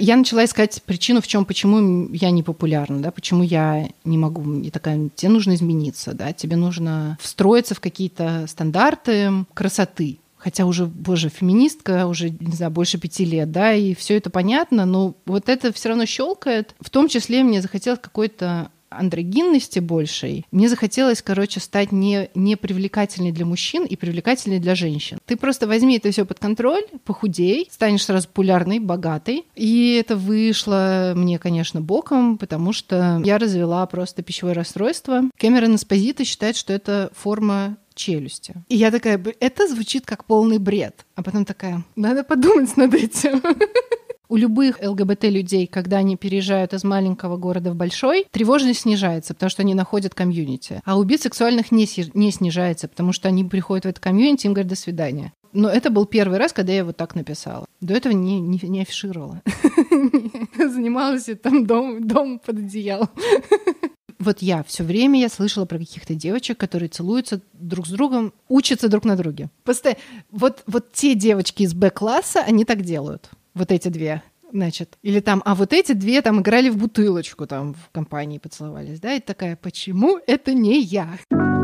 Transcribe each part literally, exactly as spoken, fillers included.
я начала искать причину, в чем, почему я не популярна, да, почему я не могу. И такая, тебе нужно измениться, да, тебе нужно встроиться в какие-то стандарты красоты. Хотя уже, боже, феминистка, уже, не знаю, больше пяти лет, да, и все это понятно, но вот это все равно щелкает. В том числе мне захотелось какой-то андрогинности большей. Мне захотелось, короче, стать не, не привлекательной для мужчин и привлекательной для женщин. Ты просто возьми это все под контроль, похудей, станешь сразу популярной, богатой. И это вышло мне, конечно, боком, потому что я развела просто пищевое расстройство. Кэмерон Эспозито считает, что это форма челюсти. И я такая, это звучит как полный бред. А потом такая, надо подумать над этим. У любых ЛГБТ-людей, когда они переезжают из маленького города в большой, тревожность снижается, потому что они находят комьюнити. А у бисексуальных не, не снижается, потому что они приходят в это комьюнити, им говорят «до свидания». Но это был первый раз, когда я вот так написала. До этого не, не, не афишировала. Занималась там дом, дом под одеялом. Вот я все время я слышала про каких-то девочек, которые целуются друг с другом, учатся друг на друге. Постоянно. Вот, вот те девочки из Б-класса, они так делают. Вот эти две, значит. Или там, а вот эти две там играли в бутылочку там в компании, поцеловались, да? И такая, почему это не я?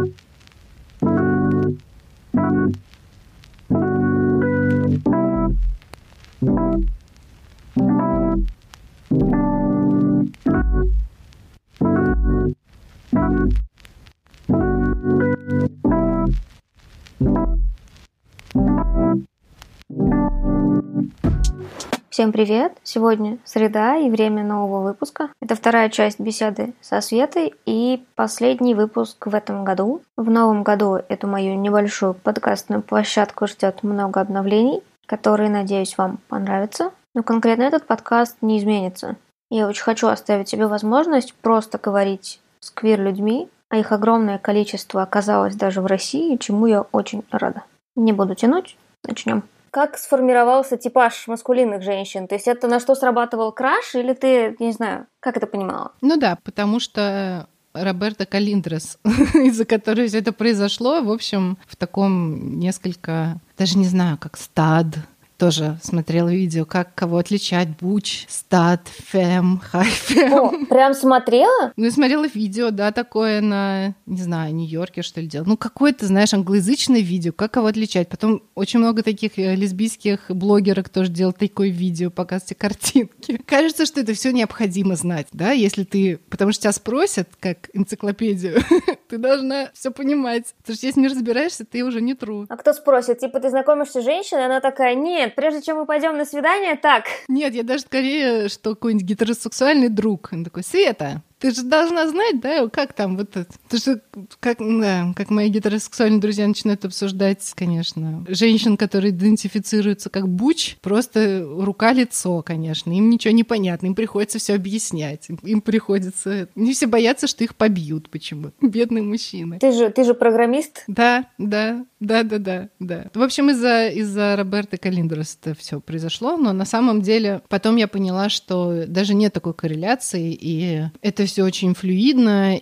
Всем привет! Сегодня среда и время нового выпуска. Это вторая часть беседы со Светой и последний выпуск в этом году. В новом году эту мою небольшую подкастную площадку ждет много обновлений, которые, надеюсь, вам понравятся. Но конкретно этот подкаст не изменится. Я очень хочу оставить себе возможность просто говорить с квир-людьми, а их огромное количество оказалось даже в России, чему я очень рада. Не буду тянуть, начнем. Как сформировался типаж маскулинных женщин? То есть это на что срабатывал краш, или ты, не знаю, как это понимала? Ну да, потому что Роберта Колиндрес, из-за которой все это произошло, в общем, в таком несколько, даже не знаю, как стад, тоже смотрела видео, как кого отличать: буч, стат, фем, хай-фем. О, прям смотрела? Ну, я смотрела видео, да, такое на, не знаю, Нью-Йорке, что ли, делал. Ну, какое-то, знаешь, англоязычное видео, как кого отличать. Потом очень много таких лесбийских блогерок тоже делают такое видео, показывают картинки. Кажется, что это все необходимо знать, да, если ты... Потому что тебя спросят, как энциклопедию, ты должна все понимать. Потому что если не разбираешься, ты уже не true. А кто спросит? Типа, ты знакомишься с женщиной, она такая, нет, прежде чем мы пойдем на свидание, так. Нет, я даже скорее, что какой-нибудь гетеросексуальный друг. Он такой, Света, ты же должна знать, да, как там вот это. Ты же, как, да, как мои гетеросексуальные друзья начинают обсуждать, конечно, женщин, которые идентифицируются как буч, просто рука-лицо, конечно. Им ничего не понятно, им приходится все объяснять. Им приходится... Они все боятся, что их побьют почему-то. Бедные мужчины. Ты же, ты же программист? Да, да, да, да, да, да. В общем, из-за, из-за Роберта Колиндрес это все произошло, но на самом деле потом я поняла, что даже нет такой корреляции, и это все очень флюидно,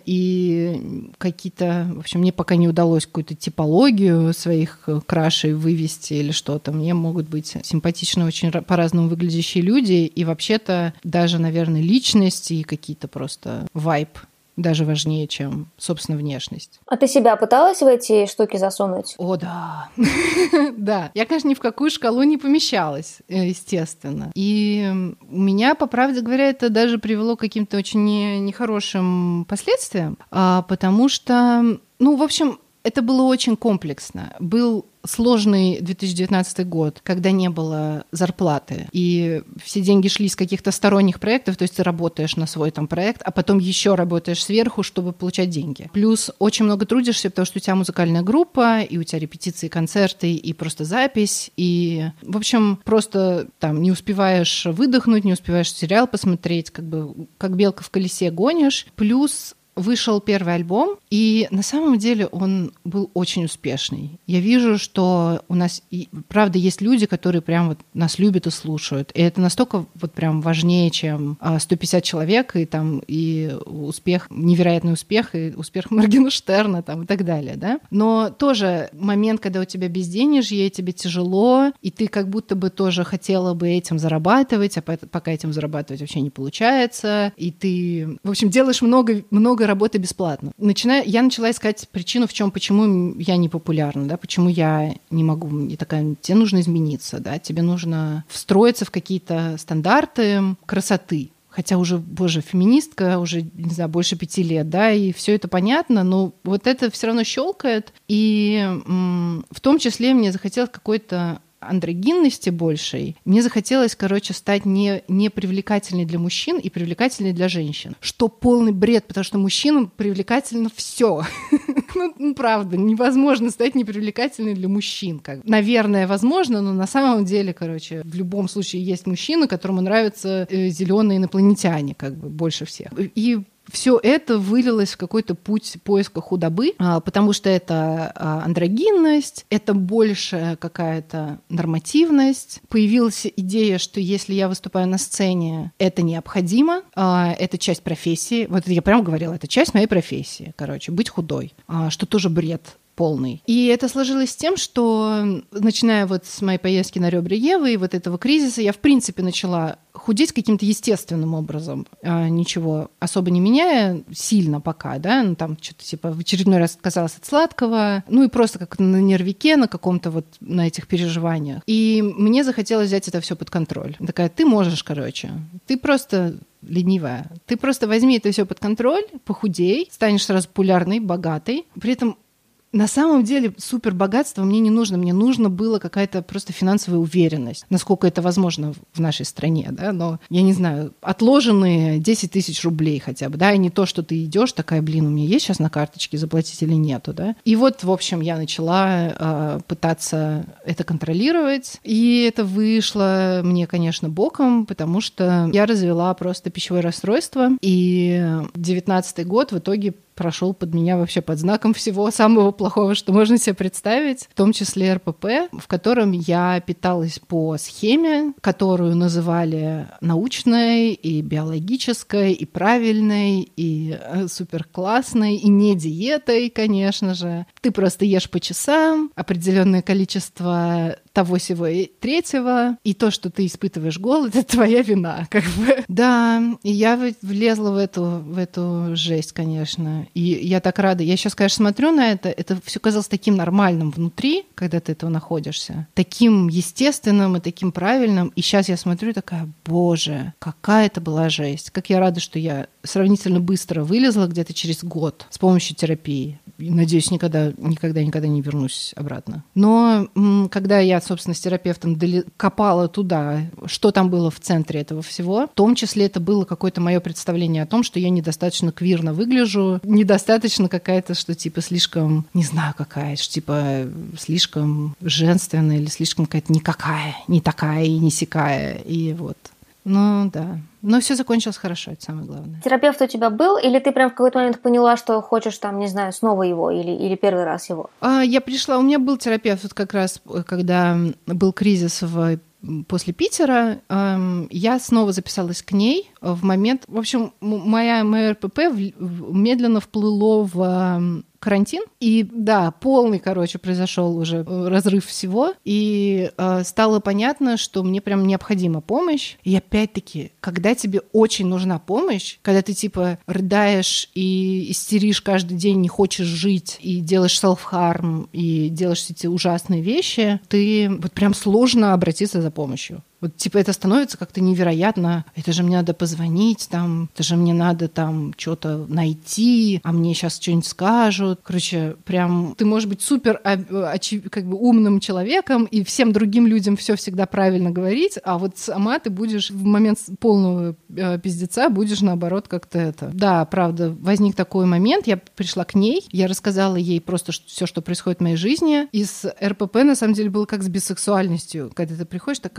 и какие-то... В общем, мне пока не удалось какую-то типологию своих крашей вывести или что-то. Мне могут быть симпатичны очень по-разному выглядящие люди, и вообще-то даже, наверное, личность и какие-то просто вайб даже важнее, чем, собственно, внешность. А ты себя пыталась в эти штуки засунуть? О, да. Да. Я, конечно, ни в какую шкалу не помещалась, естественно. И у меня, по правде говоря, это даже привело к каким-то очень нехорошим последствиям, потому что, ну, в общем, это было очень комплексно. Был сложный две тысячи девятнадцатый год, когда не было зарплаты, и все деньги шли из каких-то сторонних проектов, то есть ты работаешь на свой там проект, а потом еще работаешь сверху, чтобы получать деньги. Плюс очень много трудишься, потому что у тебя музыкальная группа, и у тебя репетиции, концерты, и просто запись, и, в общем, просто там не успеваешь выдохнуть, не успеваешь сериал посмотреть, как бы как белка в колесе гонишь. Плюс вышел первый альбом, и на самом деле он был очень успешный. Я вижу, что у нас, правда, есть люди, которые прям вот нас любят и слушают. И это настолько вот прям важнее, чем сто пятьдесят человек, и там и успех, невероятный успех, и успех Моргенштерна там, и так далее, да. Но тоже момент, когда у тебя безденежье, тебе тяжело, и ты как будто бы тоже хотела бы этим зарабатывать, а пока этим зарабатывать вообще не получается, и ты, в общем, делаешь много, много работы бесплатно. Начиная, я начала искать причину, в чем, почему я не популярна, да, почему я не могу, и такая, тебе нужно измениться, да, тебе нужно встроиться в какие-то стандарты красоты. Хотя уже, боже, феминистка уже, не знаю, больше пяти лет, да, и все это понятно, но вот это все равно щелкает, и м- в том числе мне захотелось какой-то андрогинности большей, мне захотелось, короче, стать не, не привлекательной для мужчин и привлекательной для женщин. Что полный бред, потому что мужчинам привлекательно все. Ну, правда, невозможно стать непривлекательной для мужчин. Как. Наверное, возможно, но на самом деле, короче, в любом случае есть мужчина, которому нравятся э, зеленые инопланетяне, как бы, больше всех. И все это вылилось в какой-то путь поиска худобы, потому что это андрогинность, это больше какая-то нормативность. Появилась идея, что если я выступаю на сцене, это необходимо, это часть профессии. Вот я прямо говорила, это часть моей профессии, короче, быть худой, что тоже бред полный. И это сложилось с тем, что, начиная вот с моей поездки на ребра Евы и вот этого кризиса, я, в принципе, начала худеть каким-то естественным образом, ничего особо не меняя, сильно пока, да, ну, там что-то типа в очередной раз отказалась от сладкого, ну и просто как на нервике, на каком-то вот, на этих переживаниях. И мне захотелось взять это все под контроль. Такая, ты можешь, короче, ты просто ленивая. Ты просто возьми это все под контроль, похудей, станешь сразу популярной, богатой, при этом на самом деле супербогатство мне не нужно. Мне нужно было какая-то просто финансовая уверенность, насколько это возможно в нашей стране, да, но, я не знаю, отложенные десять тысяч рублей хотя бы, да, и не то, что ты идешь такая, блин, у меня есть сейчас на карточке заплатить или нету, да. И вот, в общем, я начала э, пытаться это контролировать, и это вышло мне, конечно, боком, потому что я развела просто пищевое расстройство, и девятнадцатый год в итоге прошел под меня вообще под знаком всего самого плохого, что можно себе представить, в том числе эр пэ пэ, в котором я питалась по схеме, которую называли научной и биологической, и правильной, и суперклассной, и не диетой, конечно же. Ты просто ешь по часам, определенное количество того-сего и третьего, и то, что ты испытываешь голод, это твоя вина, как бы. Да, и я влезла в эту, в эту жесть, конечно. И я так рада. Я сейчас, конечно, смотрю на это, это все казалось таким нормальным внутри, когда ты этого находишься, таким естественным и таким правильным. И сейчас я смотрю и такая, боже, какая это была жесть. Как я рада, что я сравнительно быстро вылезла где-то через год с помощью терапии. И, надеюсь, никогда, никогда, никогда не вернусь обратно. Но м- когда я, собственно, с терапевтом доли- копала туда, что там было в центре этого всего, в том числе это было какое-то мое представление о том, что я недостаточно квирно выгляжу, недостаточно какая-то, что типа слишком, не знаю какая, что типа слишком женственная или слишком какая-то никакая, не такая и не сякая. И вот. Ну да. Но все закончилось хорошо, это самое главное. Терапевт у тебя был, или ты прям в какой-то момент поняла, что хочешь там, не знаю, снова его или, или первый раз его? А, я пришла, у меня был терапевт вот как раз, когда был кризис в после Питера, эм, я снова записалась к ней в момент... В общем, моя, моя эр пэ пэ в, в, медленно вплыло в э, карантин. И да, полный, короче, произошел уже разрыв всего. И э, стало понятно, что мне прям необходима помощь. И опять-таки, когда тебе очень нужна помощь, когда ты типа рыдаешь и истеришь каждый день, не хочешь жить, и делаешь self-harm, и делаешь эти ужасные вещи, ты вот прям сложно обратиться за помощью. Вот типа это становится как-то невероятно. Это же мне надо позвонить, там, это же мне надо там что-то найти, а мне сейчас что-нибудь скажут. Короче, прям ты можешь быть супер как бы умным человеком и всем другим людям все всегда правильно говорить, а вот сама ты будешь в момент полного пиздеца будешь наоборот как-то это. Да, правда, возник такой момент, я пришла к ней, я рассказала ей просто все, что происходит в моей жизни. И с эр пэ пэ на самом деле было как с бисексуальностью, когда ты приходишь такая, ну мне кажется,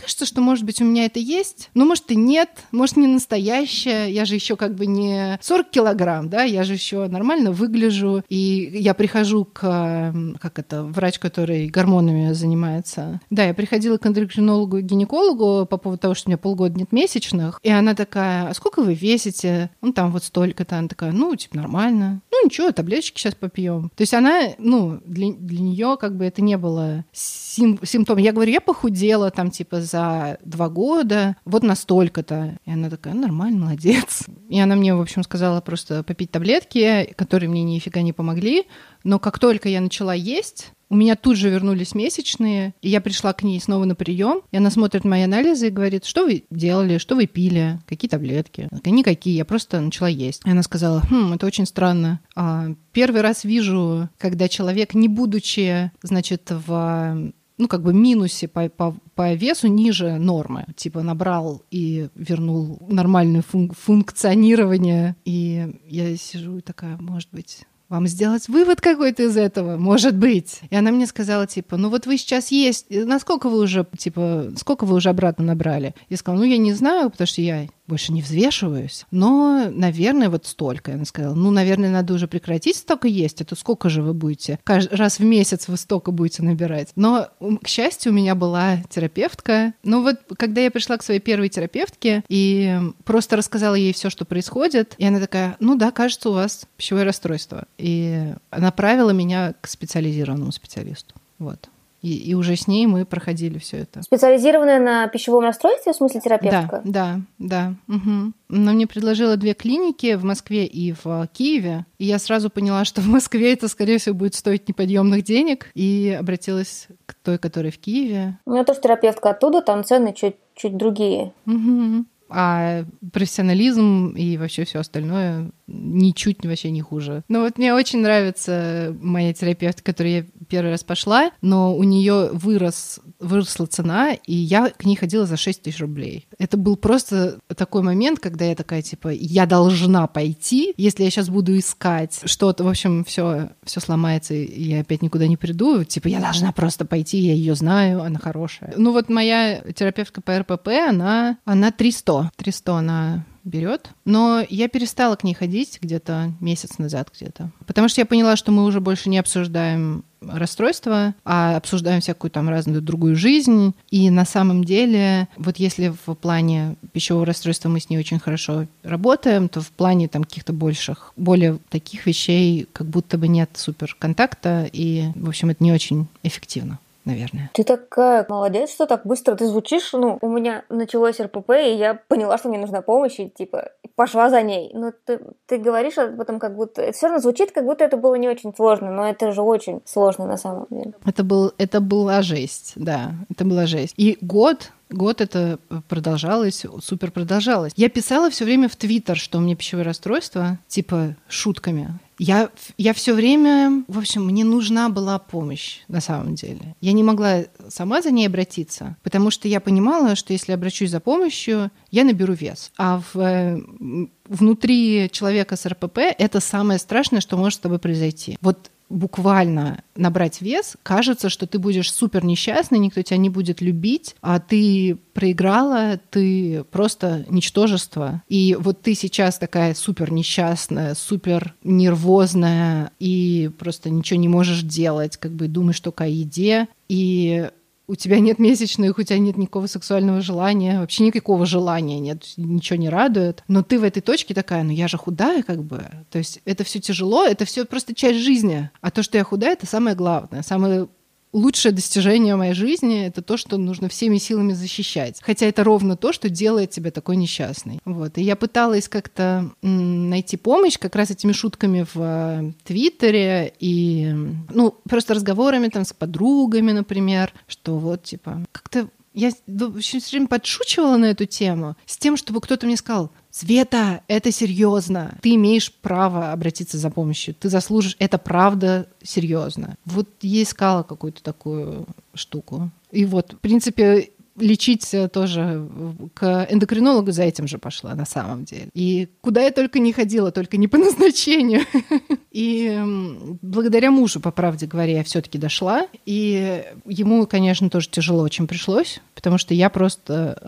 кажется, что, может быть, у меня это есть, но, может, и нет, может, не настоящее. Я же еще как бы не сорок килограмм, да, я же еще нормально выгляжу. И я прихожу к, как это, врач, который гормонами занимается. Да, я приходила к эндокринологу и гинекологу по поводу того, что у меня полгода нет месячных. И она такая: а сколько вы весите? Ну, там вот столько-то. Она такая: ну, типа, нормально. Ну, ничего, таблеточки сейчас попьем. То есть она, ну, для, для нее как бы это не было сим- симптомом. Я говорю, я похудела там, типа, за два года, вот настолько-то. И она такая: нормально, молодец. И она мне, в общем, сказала просто попить таблетки, которые мне нифига не помогли. Но как только я начала есть, у меня тут же вернулись месячные, и я пришла к ней снова на прием, и она смотрит мои анализы и говорит: что вы делали, что вы пили, какие таблетки? Я такая: никакие, я просто начала есть. И она сказала: хм, это очень странно. А, первый раз вижу, когда человек, не будучи, значит, в... ну, как бы минусе по, по, по весу ниже нормы. Типа набрал и вернул нормальное фун- функционирование. И я сижу и такая: может быть, вам сделать вывод какой-то из этого? Может быть. И она мне сказала, типа: ну вот вы сейчас есть, насколько вы уже, типа, сколько вы уже обратно набрали? Я сказала: ну я не знаю, потому что я больше не взвешиваюсь, но, наверное, вот столько. Она сказала: ну, наверное, надо уже прекратить столько есть, а то сколько же вы будете? Каждый раз в месяц вы столько будете набирать. Но, к счастью, у меня была терапевтка. Ну вот, когда я пришла к своей первой терапевтке и просто рассказала ей все, что происходит, и она такая: ну да, кажется, у вас пищевое расстройство. И направила меня к специализированному специалисту. Вот. И, и уже с ней мы проходили все это. Специализированная на пищевом расстройстве, в смысле терапевтка? Да, да, да. Угу. Она мне предложила две клиники в Москве и в Киеве. И я сразу поняла, что в Москве это, скорее всего, будет стоить неподъемных денег. И обратилась к той, которая в Киеве. У меня тоже терапевтка оттуда, там цены чуть, чуть другие. Угу. А профессионализм и вообще все остальное ничуть вообще не хуже. Но вот мне очень нравится моя терапевтка, к которой я первый раз пошла, но у нее вырос, выросла цена, и я к ней ходила за шесть тысяч рублей. Это был просто такой момент, когда я такая, типа, я должна пойти, если я сейчас буду искать что-то, в общем, все, все сломается, и я опять никуда не приду, типа, я должна просто пойти, я ее знаю, она хорошая. Ну вот моя терапевтка по эр пэ пэ, она, она триста. триста она берет, но я перестала к ней ходить где-то месяц назад где-то, потому что я поняла, что мы уже больше не обсуждаем расстройства, а обсуждаем всякую там разную другую жизнь, и на самом деле, вот если в плане пищевого расстройства мы с ней очень хорошо работаем, то в плане там каких-то больших, более таких вещей как будто бы нет супер контакта, и, в общем, это не очень эффективно. Наверное. Ты такая молодец, что так быстро ты звучишь. Ну, у меня началось эр пэ пэ, и я поняла, что мне нужна помощь, и типа пошла за ней. Но ты, ты говоришь об этом как будто... Это все равно звучит, как будто это было не очень сложно, но это же очень сложно на самом деле. Это, был, это была жесть, да, это была жесть. И год... Год это продолжалось, супер продолжалось. Я писала все время в Твиттер, что у меня пищевое расстройство, типа шутками. Я, я все время, в общем, мне нужна была помощь на самом деле. Я не могла сама за ней обратиться, потому что я понимала, что если обращусь за помощью, я наберу вес. А в, внутри человека с эр пэ пэ это самое страшное, что может с тобой произойти. Вот буквально набрать вес, кажется, что ты будешь супер несчастный, никто тебя не будет любить, а ты проиграла, ты просто ничтожество. И вот ты сейчас такая супер несчастная, супер нервозная, и просто ничего не можешь делать, как бы думаешь только о еде, и у тебя нет месячных, у тебя нет никакого сексуального желания, вообще никакого желания нет, ничего не радует. Но ты в этой точке такая: ну я же худая, как бы. То есть это все тяжело, это все просто часть жизни. А то, что я худая, это самое главное, самое лучшее достижение моей жизни — это то, что нужно всеми силами защищать. Хотя это ровно то, что делает тебя такой несчастной. Вот. И я пыталась как-то м, найти помощь как раз этими шутками в э, Твиттере и, ну, просто разговорами там с подругами, например, что вот, типа, как-то я все время подшучивала на эту тему с тем, чтобы кто-то мне сказал: Света, это серьезно. Ты имеешь право обратиться за помощью. Ты заслужишь. Это правда серьезно. Вот я искала какую-то такую штуку. И вот, в принципе, лечить тоже к эндокринологу за этим же пошла на самом деле. И куда я только не ходила, только не по назначению. И благодаря мужу, по правде говоря, я все-таки дошла. И ему, конечно, тоже тяжело очень пришлось, потому что я просто...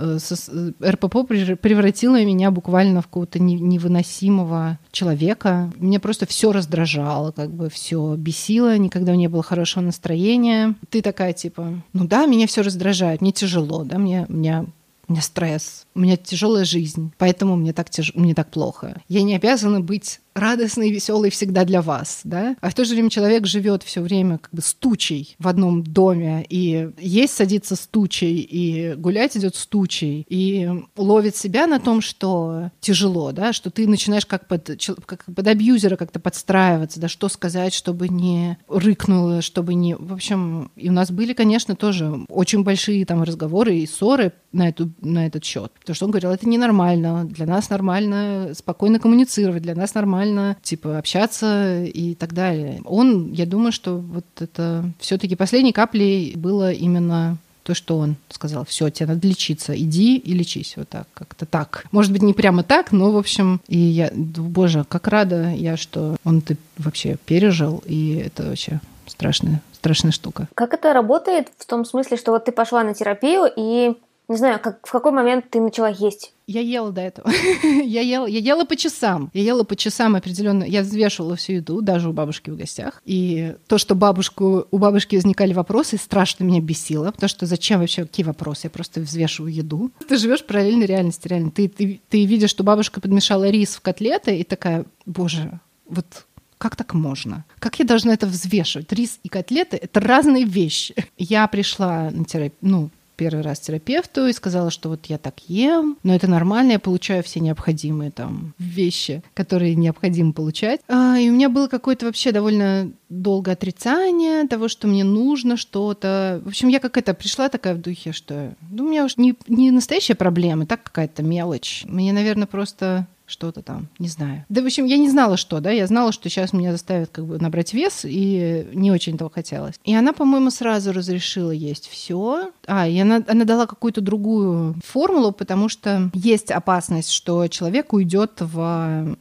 эр пэ пэ превратила меня буквально в какого-то невыносимого человека. Меня просто все раздражало, как бы все бесило, никогда не было хорошего настроения. Ты такая, типа, ну да, меня все раздражает, мне тяжело, да, мне, мне, у меня стресс, у меня тяжелая жизнь, поэтому мне так, тяж... мне так плохо. Я не обязана быть радостный, веселый всегда для вас, да? А в то же время человек живет все время как бы с тучей в одном доме, и есть садится с тучей, и гулять идет с тучей, и ловит себя на том, что тяжело, да, что ты начинаешь как под, как под абьюзера как-то подстраиваться, да, что сказать, чтобы не рыкнуло, чтобы не... В общем, и у нас были, конечно, тоже очень большие там разговоры и ссоры на, эту, на этот счет, потому что он говорил, это ненормально, для нас нормально спокойно коммуницировать, для нас нормально типа общаться и так далее. Он, я думаю, что вот это все-таки последней каплей было именно то, что он сказал. Все, тебе надо лечиться, иди и лечись. Вот так, как-то так. Может быть, не прямо так, но, в общем, и я, боже, как рада я, что он это вообще пережил, и это вообще страшная, страшная штука. Как это работает в том смысле, что вот ты пошла на терапию и не знаю, как, в какой момент ты начала есть? Я ела до этого. я, ела, я ела по часам. Я ела по часам определенно. Я взвешивала всю еду, даже у бабушки в гостях. И то, что бабушку, у бабушки возникали вопросы, страшно меня бесило. Потому что зачем вообще, какие вопросы? Я просто взвешиваю еду. Ты живешь в параллельной реальности, реально. Ты, ты, ты видишь, что бабушка подмешала рис в котлеты, и такая, боже, вот... Как так можно? Как я должна это взвешивать? Рис и котлеты — это разные вещи. Я пришла на терапию, ну, первый раз к терапевту и сказала, что вот я так ем, но это нормально, я получаю все необходимые там вещи, которые необходимо получать. А, и у меня было какое-то вообще довольно долгое отрицание того, что мне нужно что-то. В общем, я как-то пришла такая в духе, что ну, у меня уж не, не настоящая проблема, так какая-то мелочь. Мне, наверное, просто... что-то там, не знаю. Да, в общем, я не знала, что, да, я знала, что сейчас меня заставят как бы набрать вес, и не очень этого хотелось. И она, по-моему, сразу разрешила есть все. А, и она, она дала какую-то другую формулу, потому что есть опасность, что человек уйдет в,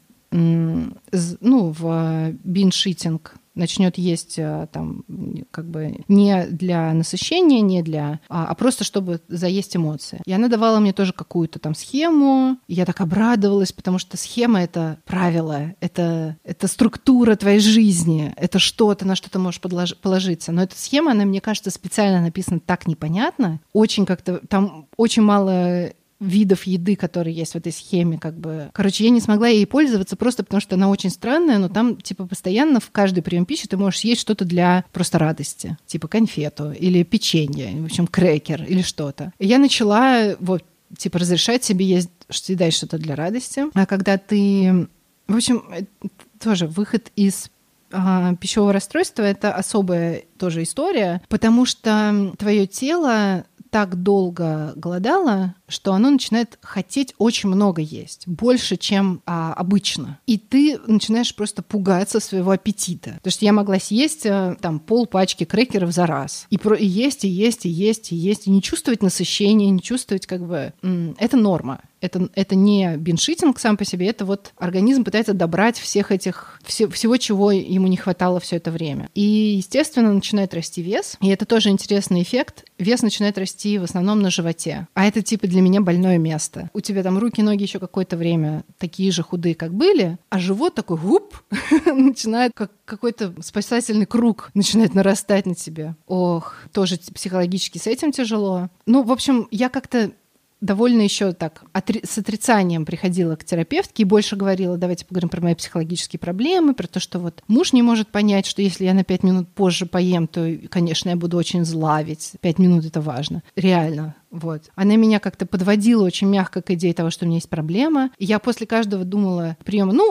ну, в бинж-итинг, начнет есть там как бы не для насыщения, не для, а, а просто чтобы заесть эмоции. И она давала мне тоже какую-то там схему. И я так обрадовалась, потому что схема — это правило, это, это структура твоей жизни, это что-то, на что ты можешь подлож- положиться. Но эта схема, она, мне кажется, специально написана так непонятно. Очень как-то, там очень мало видов еды, которые есть в этой схеме, как бы. Короче, я не смогла ей пользоваться просто потому, что она очень странная, но там, типа, постоянно в каждый прием пищи ты можешь съесть что-то для просто радости, типа конфету или печенье, в общем, крекер или что-то. И я начала, вот, типа, разрешать себе есть, съедать что-то для радости. А когда ты... В общем, тоже выход из а, пищевого расстройства — это особая тоже история, потому что твое тело так долго голодало, что оно начинает хотеть очень много есть, больше, чем а, обычно. И ты начинаешь просто пугаться своего аппетита. Потому что я могла съесть там пол пачки крекеров за раз. И, про, и есть, и есть, и есть, и есть, и не чувствовать насыщения, не чувствовать как бы... М- это норма. Это, это не бинж-итинг сам по себе, это вот организм пытается добрать всех этих, все, всего, чего ему не хватало все это время. И, естественно, начинает расти вес. И это тоже интересный эффект. Вес начинает расти в основном на животе. А это типа для меня больное место. У тебя там руки, ноги еще какое-то время такие же худые, как были, а живот такой гуп, начинает как какой-то спасательный круг начинает нарастать на тебе. Ох, тоже психологически с этим тяжело. Ну, в общем, я как-то довольно еще так отри- с отрицанием приходила к терапевтке и больше говорила, давайте поговорим про мои психологические проблемы, про то, что вот муж не может понять, что если я на пять минут позже поем, то, конечно, я буду очень зла, ведь пять минут — это важно. Реально. Вот. Она меня как-то подводила очень мягко к идее того, что у меня есть проблема. И я после каждого думала приема, ну,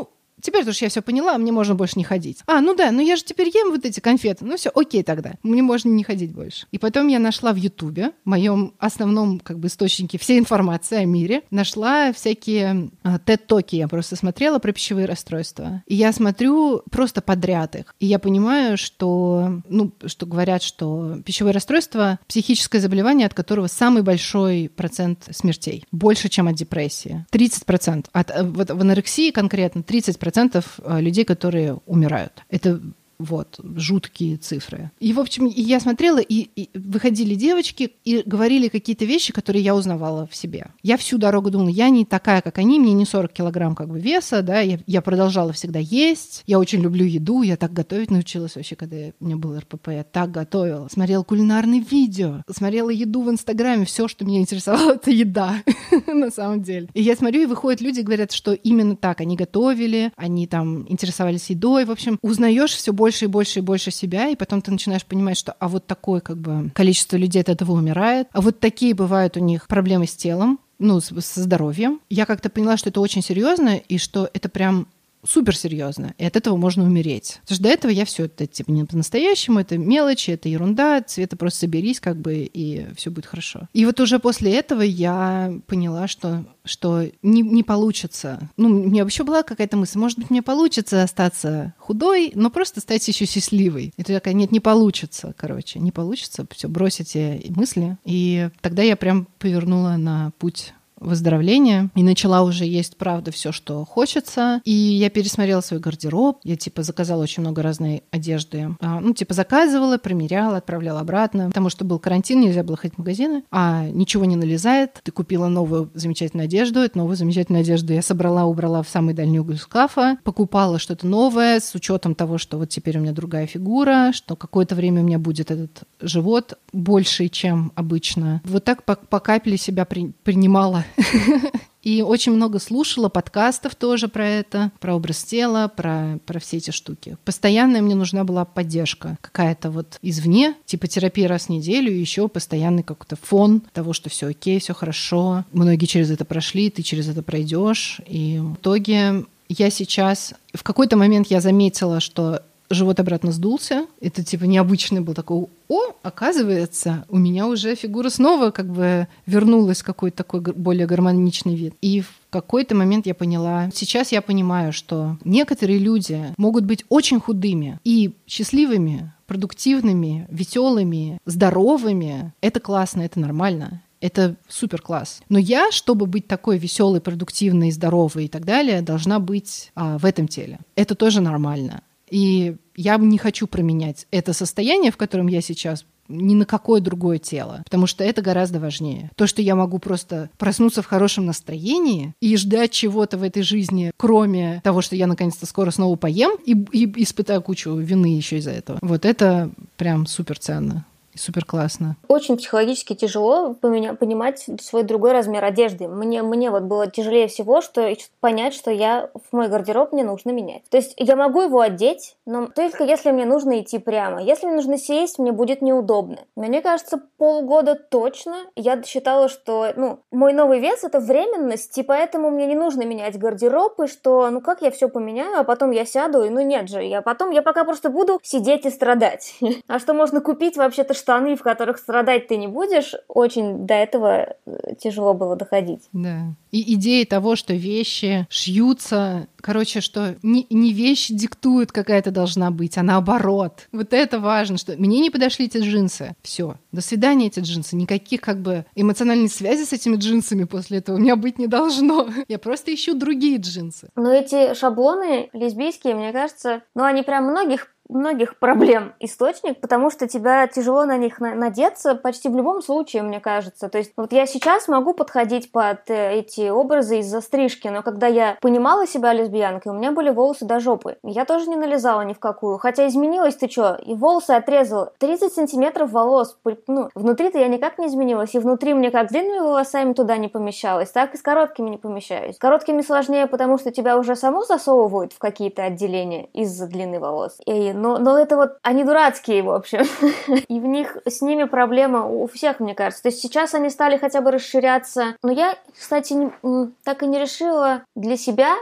Теперь, потому что я все поняла, мне можно больше не ходить. А, ну да, ну я же теперь ем вот эти конфеты. Ну все, окей тогда. Мне можно не ходить больше. И потом я нашла в Ютубе, в моем основном как бы источнике всей информации о мире, нашла всякие а, тед-токи. Я просто смотрела про пищевые расстройства. И я смотрю просто подряд их. И я понимаю, что, ну, что говорят, что пищевое расстройство — психическое заболевание, от которого самый большой процент смертей. Больше, чем от депрессии. тридцать процентов. От, вот в анорексии конкретно тридцать процентов людей, которые умирают. Это вот, жуткие цифры. И, в общем, я смотрела, и, и выходили девочки и говорили какие-то вещи, которые я узнавала в себе. Я всю дорогу думала, я не такая, как они, мне не сорок килограмм как бы веса, да, я, я продолжала всегда есть, я очень люблю еду, я так готовить научилась вообще, когда у меня был эр пэ пэ, я так готовила. Смотрела кулинарные видео, смотрела еду в Инстаграме, все, что меня интересовало, это еда, на самом деле. И я смотрю, и выходят люди, говорят, что именно так они готовили, они там интересовались едой, в общем, узнаешь все больше больше и больше и больше себя, и потом ты начинаешь понимать, что а вот такое как бы количество людей от этого умирает, а вот такие бывают у них проблемы с телом, ну, со здоровьем. Я как-то поняла, что это очень серьезно, и что это прям суперсерьезно, и от этого можно умереть. Потому что до этого я все это типа не по-настоящему, это мелочи, это ерунда, Света, просто соберись, как бы, и все будет хорошо. И вот уже после этого я поняла, что, что не, не получится. Ну, у меня вообще была какая-то мысль, может быть, мне получится остаться худой, но просто стать еще счастливой. И ты такая, нет, не получится, короче, не получится, все, брось эти мысли. И тогда я прям повернула на путь выздоровления и начала уже есть, правда, все, что хочется. И я пересмотрела свой гардероб. Я, типа, заказала очень много разной одежды. А, ну, типа, заказывала, примеряла, отправляла обратно. Потому что был карантин, нельзя было ходить в магазины. А ничего не налезает. Ты купила новую замечательную одежду. Эту новую замечательную одежду я собрала, убрала в самый дальний угол шкафа. Покупала что-то новое с учетом того, что вот теперь у меня другая фигура, что какое-то время у меня будет этот живот больше, чем обычно. Вот так по, по капле себя при, принимала. И очень много слушала подкастов тоже про это, про образ тела, про, про все эти штуки. Постоянная мне нужна была поддержка какая-то вот извне, типа терапия раз в неделю, и еще постоянный какой-то фон того, что все окей, все хорошо. Многие через это прошли, ты через это пройдешь. И в итоге я сейчас... В какой-то момент я заметила, что живот обратно сдулся. Это типа необычный был такой, о, оказывается, у меня уже фигура снова как бы вернулась в какой-то такой более гармоничный вид. И в какой-то момент я поняла, сейчас я понимаю, что некоторые люди могут быть очень худыми и счастливыми, продуктивными, веселыми, здоровыми. Это классно, это нормально. Это супер класс. Но я, чтобы быть такой веселой, продуктивной, здоровой и так далее, должна быть а, в этом теле. Это тоже нормально. И я не хочу променять это состояние, в котором я сейчас, ни на какое другое тело, потому что это гораздо важнее. То, что я могу просто проснуться в хорошем настроении и ждать чего-то в этой жизни, кроме того, что я наконец-то скоро снова поем и, и испытаю кучу вины еще из-за этого. Вот это прям супер ценно. Супер классно. Очень психологически тяжело поменя- понимать свой другой размер одежды. Мне, мне вот было тяжелее всего, что понять, что я в мой гардероб мне нужно менять. То есть я могу его одеть, но только если мне нужно идти прямо. Если мне нужно сесть, мне будет неудобно. Мне кажется, полгода точно я считала, что ну, мой новый вес — это временность, и поэтому мне не нужно менять гардероб, и что ну как я все поменяю, а потом я сяду, и ну нет же, я потом я пока просто буду сидеть и страдать. А что можно купить вообще-то штаны, в которых страдать ты не будешь, очень до этого тяжело было доходить. Да. И идея того, что вещи шьются, короче, что не, не вещь диктует, какая то должна быть, а наоборот. Вот это важно, что мне не подошли эти джинсы. Все, до свидания эти джинсы. Никаких как бы эмоциональной связи с этими джинсами после этого у меня быть не должно. Я просто ищу другие джинсы. Но эти шаблоны лесбийские, мне кажется, ну они прям многих многих проблем источник, потому что тебя тяжело на них на- надеться почти в любом случае, мне кажется. То есть вот я сейчас могу подходить под э, эти образы из-за стрижки, но когда я понимала себя лесбиянкой, у меня были волосы до жопы. Я тоже не налезала ни в какую. Хотя изменилась ты чё? И волосы отрезала. тридцать сантиметров волос. Ну, внутри-то я никак не изменилась. И внутри мне как с длинными волосами туда не помещалась, так и с короткими не помещаюсь. С короткими сложнее, потому что тебя уже само засовывают в какие-то отделения из-за длины волос. И Но, но это вот, они дурацкие, в общем. И в них, с ними проблема у всех, мне кажется. То есть сейчас они стали хотя бы расширяться. Но я, кстати, не, так и не решила для себя,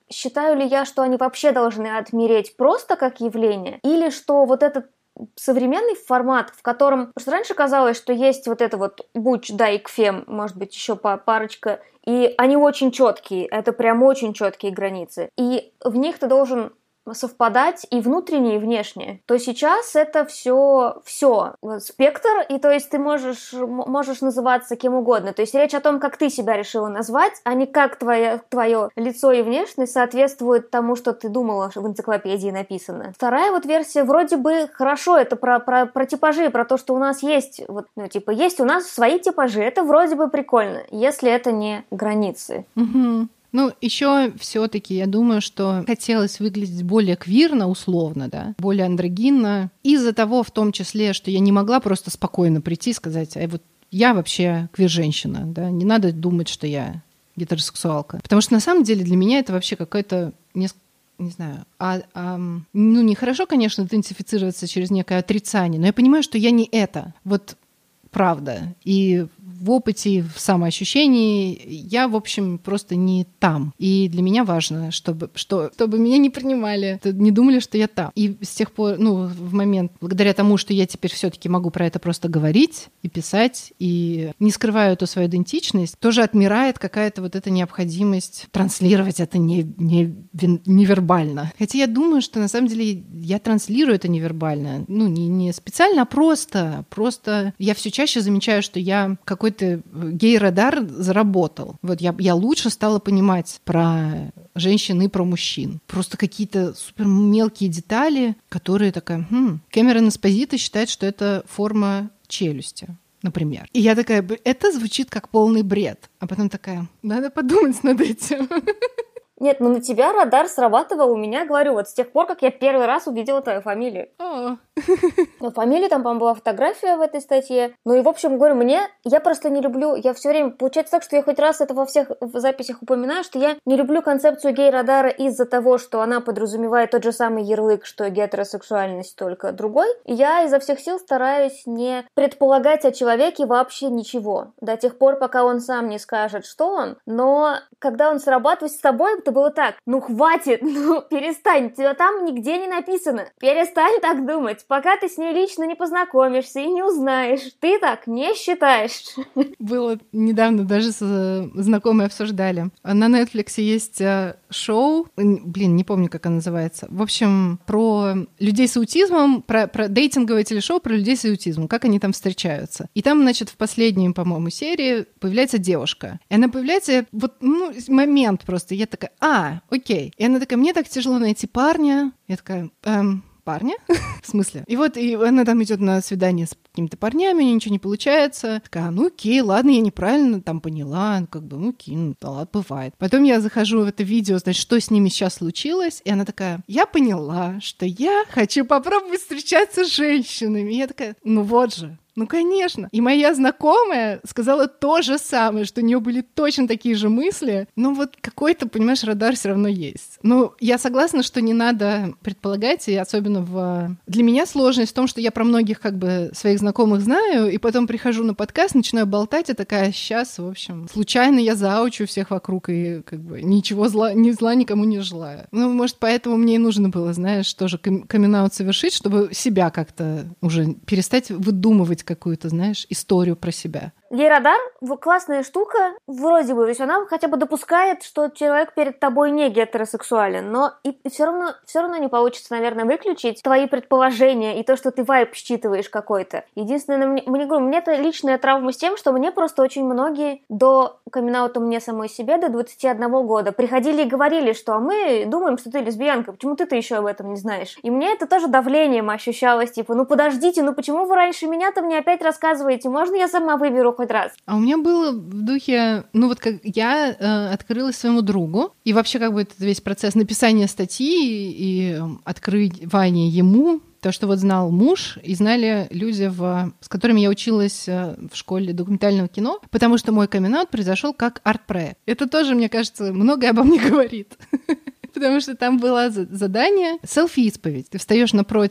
считаю ли я, что они вообще должны отмереть просто как явление, или что вот этот современный формат, в котором... Потому что раньше казалось, что есть вот это вот буч, дайк, фем, может быть, еще парочка, и они очень четкие, это прям очень четкие границы. И в них ты должен совпадать и внутреннее, и внешнее. То сейчас это все, все спектр, и то есть ты можешь, можешь называться кем угодно. То есть речь о том, как ты себя решила назвать, а не как твое, твое лицо и внешность соответствуют тому, что ты думала, что в энциклопедии написано. Вторая вот версия вроде бы хорошо, это про, про, про типажи, про то, что у нас есть, вот, ну, типа, есть у нас свои типажи, это вроде бы прикольно, если это не границы. Угу. Ну, еще все-таки я думаю, что хотелось выглядеть более квирно, условно, да, более андрогинно. Из-за того, в том числе, что я не могла просто спокойно прийти и сказать, а вот я вообще квир-женщина, да, не надо думать, что я гетеросексуалка. Потому что на самом деле для меня это вообще какое-то несколько не знаю, а, а, ну, нехорошо, конечно, идентифицироваться через некое отрицание, но я понимаю, что я не это. Вот правда. И в опыте, в самоощущении я, в общем, просто не там. И для меня важно, чтобы, что, чтобы меня не принимали, не думали, что я там. И с тех пор, ну, в момент, благодаря тому, что я теперь все-таки могу про это просто говорить и писать, и не скрываю эту свою идентичность, тоже отмирает какая-то вот эта необходимость транслировать это не, не, невербально. Хотя я думаю, что на самом деле я транслирую это невербально. Ну, не, не специально, а просто. Просто я все чаще замечаю, что я какой какой-то гей-радар заработал. Вот я, я лучше стала понимать про женщин и про мужчин. Просто какие-то супер мелкие детали, которые такая... Хм. Кэмерон Эспозито считает, что это форма челюсти, например. И я такая, это звучит как полный бред. А потом такая, надо подумать над этим. Нет, ну на тебя радар срабатывал у меня, говорю, вот с тех пор, как я первый раз увидела твою фамилию. Oh. Ну, фамилия, там, по-моему, была фотография в этой статье. Ну и, в общем, говорю, мне, я просто не люблю, я все время, получается так, что я хоть раз это во всех записях упоминаю, что я не люблю концепцию гей-радара из-за того, что она подразумевает тот же самый ярлык, что гетеросексуальность, только другой. И я изо всех сил стараюсь не предполагать о человеке вообще ничего, до тех пор, пока он сам не скажет, что он. Но когда он срабатывает с тобой, это было так, ну хватит, ну перестань, тебя там нигде не написано, перестань так думать, пока ты с ней лично не познакомишься и не узнаешь, ты так не считаешь. Было недавно, даже с знакомые обсуждали. На Netflix есть шоу, блин, не помню, как оно называется, в общем, про людей с аутизмом, про, про дейтинговое телешоу про людей с аутизмом, как они там встречаются. И там, значит, в последней, по-моему, серии появляется девушка. И она появляется, вот, ну, момент просто, я такая, а, окей. И она такая, мне так тяжело найти парня. Я такая, эм, парня? В смысле? И вот и она там идет на свидание с какими-то парнями, у нее ничего не получается. Такая, ну окей, ладно, я неправильно там поняла, как бы, ну окей, ну да ладно, бывает. Потом я захожу в это видео, значит, что с ними сейчас случилось, и она такая, я поняла, что я хочу попробовать встречаться с женщинами. И я такая, ну вот же. Ну, конечно. И моя знакомая сказала то же самое, что у нее были точно такие же мысли. Но вот какой-то, понимаешь, радар все равно есть. Ну, я согласна, что не надо предполагать, и особенно в... Для меня сложность в том, что я про многих как бы своих знакомых знаю, и потом прихожу на подкаст, начинаю болтать, и такая, сейчас, в общем, случайно я заучу всех вокруг, и как бы ничего зла, ни зла никому не желаю. Ну, может, поэтому мне и нужно было, знаешь, тоже камин-аут совершить, чтобы себя как-то уже перестать выдумывать какую-то, знаешь, историю про себя. Гей-радар — классная штука, вроде бы, то есть она хотя бы допускает, что человек перед тобой не гетеросексуален, но и, и все равно, все равно не получится, наверное, выключить твои предположения и то, что ты вайб считываешь какой-то. Единственное, мне, мне, говорю, мне это личная травма с тем, что мне просто очень многие до камин-аута мне самой себе, до двадцати одного года, приходили и говорили, что а мы думаем, что ты лесбиянка, почему ты-то еще об этом не знаешь? И мне это тоже давлением ощущалось, типа, ну подождите, ну почему вы раньше меня-то мне опять рассказываете, можно я сама выберу хоть раз? А у меня было в духе, ну вот как я э, открылась своему другу, и вообще как бы этот весь процесс написания статьи и открывания ему, то, что вот знал муж, и знали люди, в, с которыми я училась в школе документального кино, потому что мой камин-аут произошел как арт-проект. Это тоже, мне кажется, многое обо мне говорит. Потому что там было задание селфи-исповедь. Ты встаешь напротив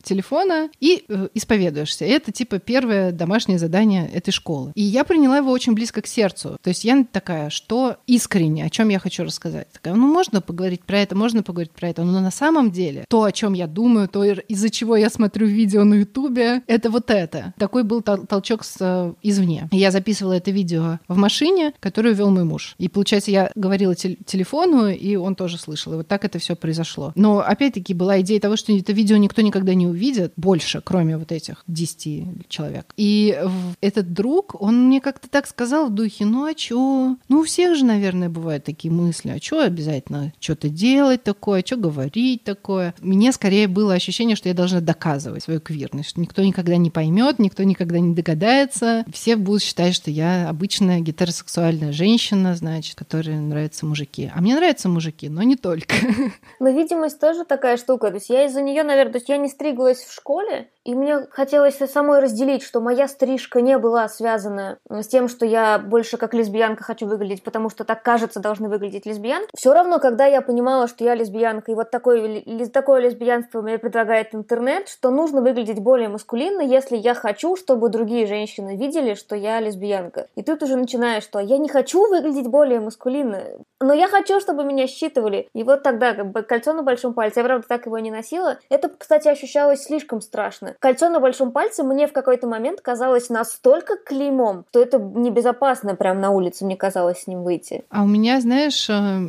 телефона и э, исповедуешься. И это типа первое домашнее задание этой школы. И я приняла его очень близко к сердцу. То есть я такая, что искренне, о чем я хочу рассказать. Такая, ну можно поговорить про это, можно поговорить про это, но на самом деле то, о чем я думаю, то, из-за чего я смотрю видео на Ютубе, это вот это. Такой был тол- толчок с, э, извне. Я записывала это видео в машине, которую вел мой муж. И, получается, я говорила тел- телефону, и он тоже слышал. И вот так это все произошло. Но, опять-таки, была идея того, что это видео никто никогда не увидит больше, кроме вот этих десяти человек. И этот друг, он мне как-то так сказал в духе, ну а чё? Ну у всех же, наверное, бывают такие мысли. А чё обязательно что-то делать такое, а чё говорить такое? Мне скорее было ощущение, что я должна доказывать свою квирность, что никто никогда не поймет, никто никогда не догадается. Все будут считать, что я обычная гетеросексуальная женщина, значит, которой нравятся мужики. А мне нравятся мужики, но не только. Но видимость тоже такая штука. То есть я из-за нее, наверное, то есть я не стриглась в школе, и мне хотелось самой разделить, что моя стрижка не была связана с тем, что я больше как лесбиянка хочу выглядеть, потому что так, кажется, должны выглядеть лесбиянки. Все равно, когда я понимала, что я лесбиянка, и вот такое, такое лесбиянство мне предлагает интернет, что нужно выглядеть более маскулинно, если я хочу, чтобы другие женщины видели, что я лесбиянка. И тут уже начинаешь, что я не хочу выглядеть более маскулинно, но я хочу, чтобы меня считывали. И вот тогда как бы кольцо на большом пальце, я, правда, так его не носила. Это, кстати, ощущалось слишком страшно. Кольцо на большом пальце мне в какой-то момент казалось настолько клеймом, что это небезопасно прям на улице, мне казалось, с ним выйти. А у меня, знаешь,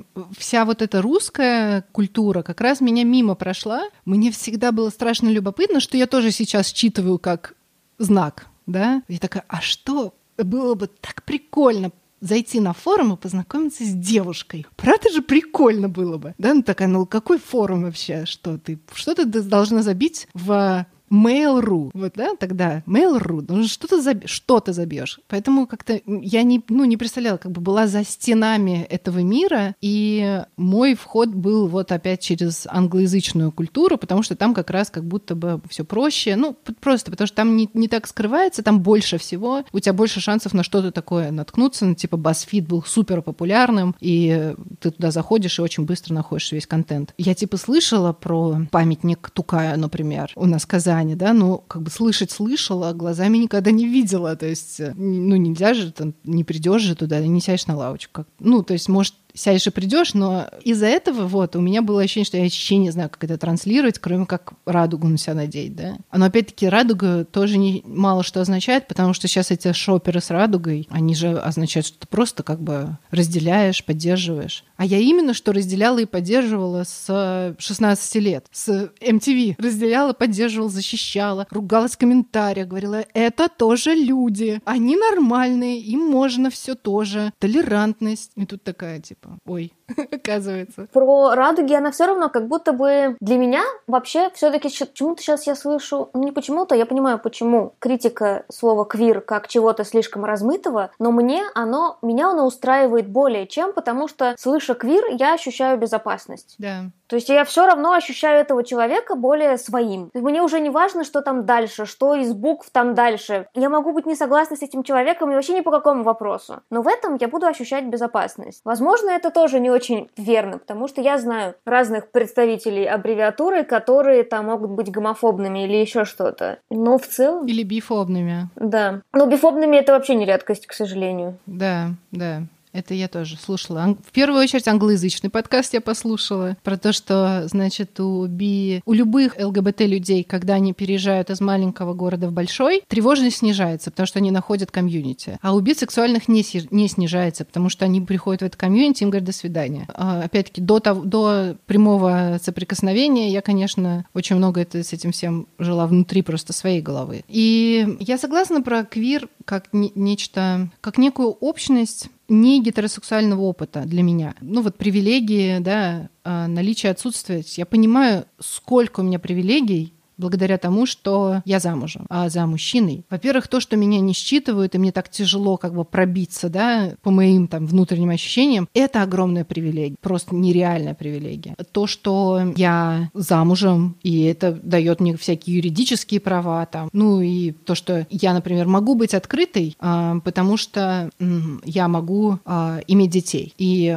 вся вот эта русская культура как раз меня мимо прошла. Мне всегда было страшно любопытно, что я тоже сейчас считываю как знак, да? Я такая, а что было бы так прикольно зайти на форум и познакомиться с девушкой. Правда же прикольно было бы? Да, ну такая, ну какой форум вообще? Что ты, что ты должна забить в Mail.ru, вот, да, тогда Mail.ru, ну что ты, заб... что ты забьешь? Поэтому как-то я не, ну, не представляла, как бы была за стенами этого мира, и мой вход был вот опять через англоязычную культуру, потому что там как раз как будто бы все проще, ну, просто потому что там не, не так скрывается, там больше всего, у тебя больше шансов на что-то такое наткнуться, ну, типа BuzzFeed был супер популярным, и ты туда заходишь и очень быстро находишь весь контент. Я типа слышала про памятник Тукаю, например, у нас в Казани, да, но как бы слышать слышала, глазами никогда не видела, то есть, ну, нельзя же, там, не придешь же туда, не сядешь на лавочку. Как... Ну, то есть, может, сядешь и придешь, но из-за этого вот у меня было ощущение, что я вообще не знаю, как это транслировать, кроме как радугу на себя надеть, да. Но опять-таки радуга тоже не, мало что означает, потому что сейчас эти шоперы с радугой, они же означают, что ты просто как бы разделяешь, поддерживаешь. А я именно что разделяла и поддерживала с шестнадцати лет, с эм ти ви. Разделяла, поддерживала, защищала, ругалась в комментариях, говорила, это тоже люди, они нормальные, им можно все тоже, толерантность. И тут такая, типа, ой, оказывается. Про радуги она все равно как будто бы для меня вообще все-таки почему-то сейчас я слышу, не почему-то, я понимаю, почему критика слова квир как чего-то слишком размытого, но мне оно, меня оно устраивает более чем, потому что, слыша квир, я ощущаю безопасность. Да. То есть я все равно ощущаю этого человека более своим. Мне уже не важно, что там дальше, что из букв там дальше. Я могу быть не согласна с этим человеком и вообще ни по какому вопросу. Но в этом я буду ощущать безопасность. Возможно, это тоже не очень верно, потому что я знаю разных представителей аббревиатуры, которые там могут быть гомофобными или еще что-то. Но в целом... Или бифобными. Да. Но бифобными это вообще не редкость, к сожалению. Да, да. Это я тоже слушала. В первую очередь англоязычный подкаст я послушала про то, что, значит, у би... у любых ЛГБТ-людей, когда они переезжают из маленького города в большой, тревожность снижается, потому что они находят комьюнити. А у бисексуальных не, си... не снижается, потому что они приходят в это комьюнити, им говорят «до свидания». А, опять-таки, до, того... до прямого соприкосновения я, конечно, очень много это, с этим всем жила внутри просто своей головы. И я согласна про квир как не... нечто, как некую общность не гетеросексуального опыта для меня. Ну вот привилегии, да, наличие, отсутствие. Я понимаю, сколько у меня привилегий благодаря тому, что я замужем, а за мужчиной. Во-первых, то, что меня не считывают, и мне так тяжело как бы пробиться, да, по моим там внутренним ощущениям, это огромная привилегия, просто нереальная привилегия. То, что я замужем, и это дает мне всякие юридические права там, ну и то, что я, например, могу быть открытой, потому что я могу иметь детей. И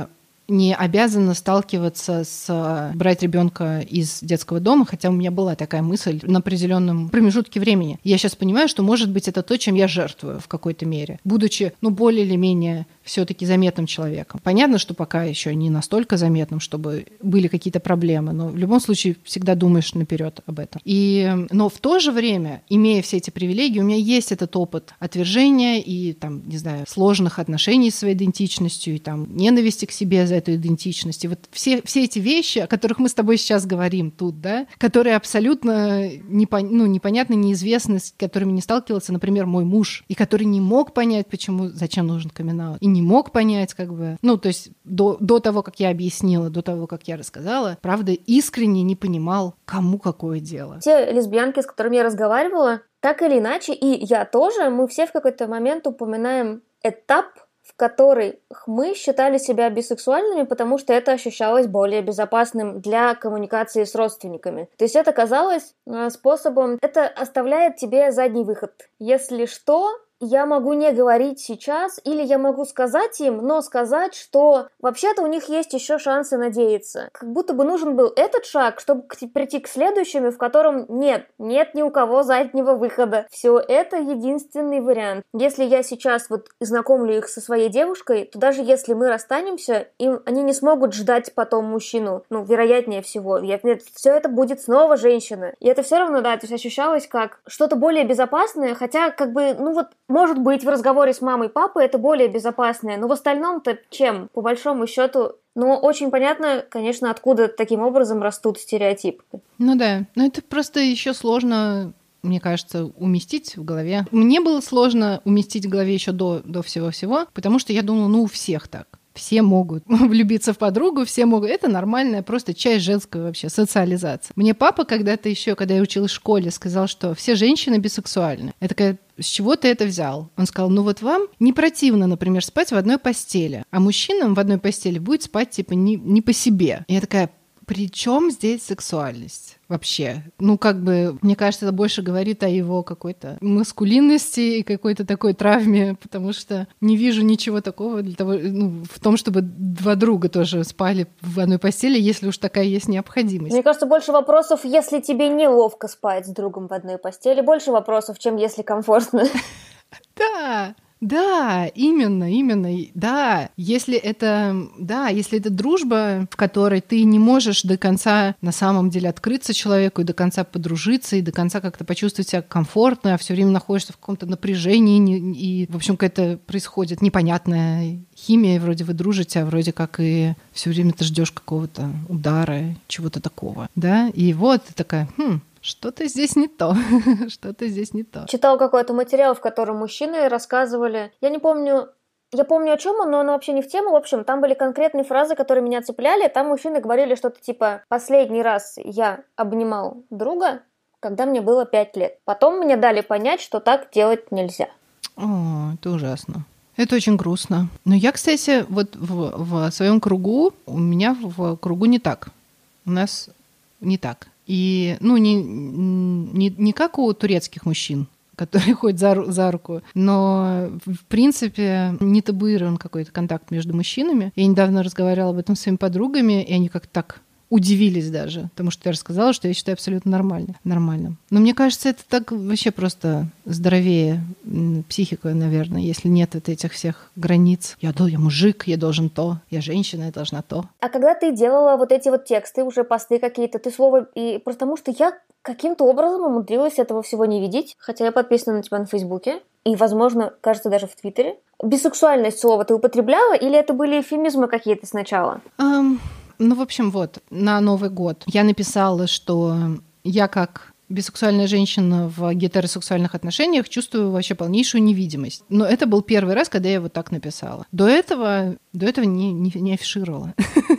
не обязана сталкиваться с брать ребенка из детского дома, хотя у меня была такая мысль на определенном промежутке времени. Я сейчас понимаю, что, может быть, это то, чем я жертвую в какой-то мере, будучи, ну, более или менее все-таки заметным человеком. Понятно, что пока еще не настолько заметным, чтобы были какие-то проблемы, но в любом случае всегда думаешь наперед об этом. И, но в то же время, имея все эти привилегии, у меня есть этот опыт отвержения и, там, не знаю, сложных отношений с своей идентичностью, и там ненависти к себе за эту идентичность. И вот все, все эти вещи, о которых мы с тобой сейчас говорим тут, да, которые абсолютно непон... ну, непонятны, неизвестны, с которыми не сталкивался, например, мой муж, и который не мог понять, почему, зачем нужен камин-аут, и не мог понять, как бы, ну, то есть до, до того, как я объяснила, до того, как я рассказала, правда, искренне не понимал, кому какое дело. Те лесбиянки, с которыми я разговаривала, так или иначе, и я тоже, мы все в какой-то момент упоминаем этап, в который мы считали себя бисексуальными, потому что это ощущалось более безопасным для коммуникации с родственниками. То есть это казалось способом, это оставляет тебе задний выход. Если что, я могу не говорить сейчас, или я могу сказать им, но сказать, что вообще-то у них есть еще шансы надеяться. Как будто бы нужен был этот шаг, чтобы прийти к следующему, в котором нет, нет ни у кого заднего выхода. Все это единственный вариант. Если я сейчас вот знакомлю их со своей девушкой, то даже если мы расстанемся, им, они не смогут ждать потом мужчину. Ну, вероятнее всего. Я, нет, все это будет снова женщина. И это все равно, да, то есть ощущалось как что-то более безопасное, хотя как бы, ну вот, может быть, в разговоре с мамой и папой это более безопасное, но в остальном-то чем? По большому счету, но очень понятно, конечно, откуда таким образом растут стереотипы. Ну да, но это просто еще сложно, мне кажется, уместить в голове. Мне было сложно уместить в голове еще до, до всего-всего, потому что я думала, ну, у всех так. Все могут влюбиться в подругу, все могут. Это нормальная просто часть женской вообще социализации. Мне папа когда-то еще, когда я училась в школе, сказал, что все женщины бисексуальны. Я такая, с чего ты это взял? Он сказал, ну вот вам не противно, например, спать в одной постели, а мужчинам в одной постели будет спать типа не, не по себе. И я такая, при чем здесь сексуальность вообще? Ну, как бы, мне кажется, это больше говорит о его какой-то маскулинности и какой-то такой травме, потому что не вижу ничего такого для того, ну, в том, чтобы два друга тоже спали в одной постели, если уж такая есть необходимость. Мне кажется, больше вопросов, если тебе неловко спать с другом в одной постели, больше вопросов, чем если комфортно. Да. Да, именно, именно, да. Если это, да, если это дружба, в которой ты не можешь до конца на самом деле открыться человеку и до конца подружиться и до конца как-то почувствовать себя комфортно, а все время находишься в каком-то напряжении и, в общем, какая-то происходит непонятная химия, вроде вы дружите, а вроде как и все время ты ждешь какого-то удара, чего-то такого, да? И вот ты такая, хм. Что-то здесь не то, что-то здесь не то. Читал какой-то материал, в котором мужчины рассказывали, я не помню, я помню о чем он, но он вообще не в тему, в общем, там были конкретные фразы, которые меня цепляли, там мужчины говорили что-то типа «последний раз я обнимал друга, когда мне было пять лет, потом мне дали понять, что так делать нельзя». О, это ужасно. Это очень грустно. Но я, кстати, вот в, в своем кругу, у меня в кругу не так, у нас не так. И, ну, не, не, не как у турецких мужчин, которые ходят за, за руку, но, в принципе, не табуирован какой-то контакт между мужчинами. Я недавно разговаривала об этом с своими подругами, и они как-то так удивились даже, потому что я рассказала, что я считаю абсолютно нормально, нормальным. Но мне кажется, это так вообще просто здоровее психика, наверное, если нет вот этих всех границ. Я, я мужик, я должен то, я женщина, я должна то. А когда ты делала вот эти вот тексты, уже посты какие-то, ты слово... И просто потому что я каким-то образом умудрилась этого всего не видеть, хотя я подписана на тебя на Фейсбуке, и, возможно, кажется, даже в Твиттере. Бисексуальность слова ты употребляла, или это были эвфемизмы какие-то сначала? Um... Ну, в общем, вот, на Новый год я написала, что я как бисексуальная женщина в гетеросексуальных отношениях чувствую вообще полнейшую невидимость. Но это был первый раз, когда я вот так написала. До этого, до этого не, не, не афишировала.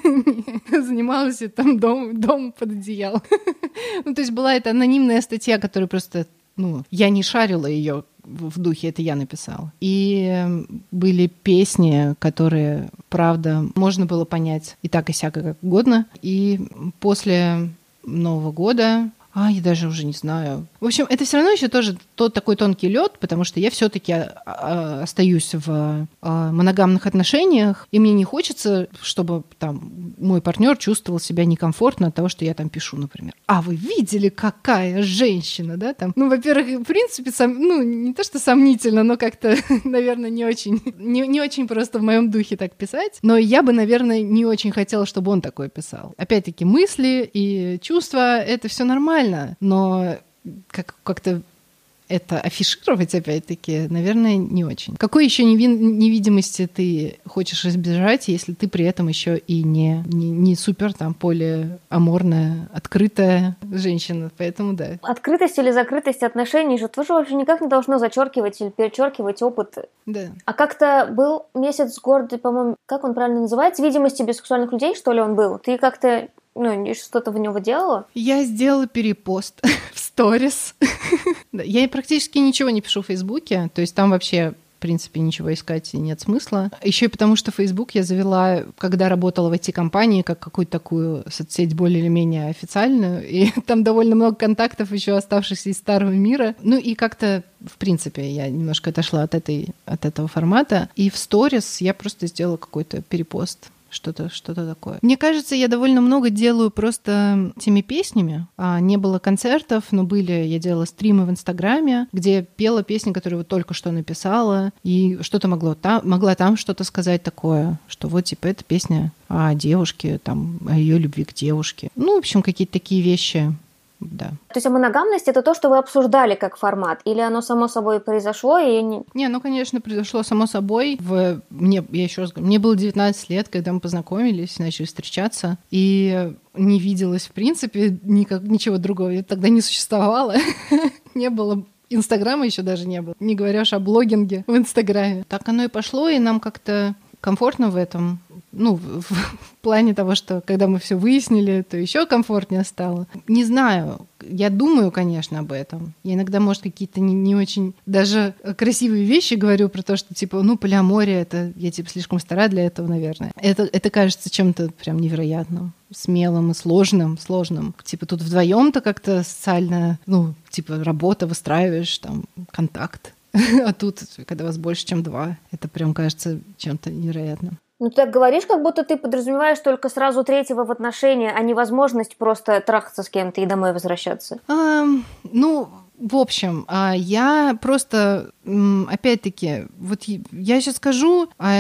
Занималась там дом, дом под одеялом. Ну, то есть была эта анонимная статья, которая просто... Ну, я не шарила ее в духе, это я написала. И были песни, которые, правда, можно было понять и так, и сяко, как угодно. И после Нового года А, я даже уже не знаю. В общем, это все равно еще тоже тот такой тонкий лед, потому что я все-таки остаюсь в моногамных отношениях, и мне не хочется, чтобы там мой партнер чувствовал себя некомфортно от того, что я там пишу, например. А вы видели, какая женщина, да, там? Ну, во-первых, в принципе, сом... ну, не то, что сомнительно, но как-то, наверное, не очень, не, не очень просто в моем духе так писать. Но я бы, наверное, не очень хотела, чтобы он такое писал. Опять-таки, мысли и чувства — это все нормально. Но как- как-то это афишировать, опять-таки, наверное, не очень. Какой еще неви- невидимости ты хочешь избежать, если ты при этом еще и не, не, не супер там полиаморная, открытая женщина? Поэтому да. Открытость или закрытость отношений же тоже вообще никак не должно зачеркивать или перечеркивать опыт. Да. А как-то был месяц гордый, по-моему, как он правильно называется? Видимости бисексуальных людей, что ли, он был? Ты как-то ну, что-то в него делала? Я сделала перепост в сторис. Я практически ничего не пишу в Фейсбуке, то есть там вообще, в принципе, ничего искать нет смысла. Еще и потому, что Facebook я завела, когда работала в ай ти-компании, как какую-то такую соцсеть более или менее официальную, и там довольно много контактов еще оставшихся из старого мира. Ну и как-то, в принципе, я немножко отошла от, этой, от этого формата, и в сторис я просто сделала какой-то перепост. Что-то, что-то такое. Мне кажется, я довольно много делаю просто теми песнями. А, не было концертов, но были, я делала стримы в Инстаграме, где я пела песни, которые вот только что написала, и что-то могло там, могла там что-то сказать такое, что вот, типа, эта песня о девушке, там, о ее любви к девушке. Ну, в общем, какие-то такие вещи. Да. То есть а моногамность — это то, что вы обсуждали как формат? Или оно само собой произошло? И не... не, ну, конечно, произошло само собой. В... Мне, я еще раз говорю, мне было девятнадцать лет, когда мы познакомились, начали встречаться, и не виделось, в принципе, никак, ничего другого. Тогда не существовало. Не было... Инстаграма еще даже не было. Не говоря уж о блогинге в Инстаграме. Так оно и пошло, и нам как-то комфортно в этом. Ну, в, в плане того, что когда мы все выяснили, то еще комфортнее стало. Не знаю, я думаю, конечно, об этом. Я иногда, может, какие-то не, не очень даже красивые вещи говорю про то, что, типа, ну, полиамория, это я, типа, слишком стара для этого, наверное. Это, это кажется чем-то прям невероятным, смелым и сложным, сложным. Типа, тут вдвоем-то как-то социально, ну, типа, работа, выстраиваешь, там, контакт. А тут, когда вас больше, чем два, это прям кажется чем-то невероятным. Ну, ты так говоришь, как будто ты подразумеваешь только сразу третьего в отношении, а не возможность просто трахаться с кем-то и домой возвращаться. А, ну, в общем, я просто, опять-таки, вот я сейчас скажу, а,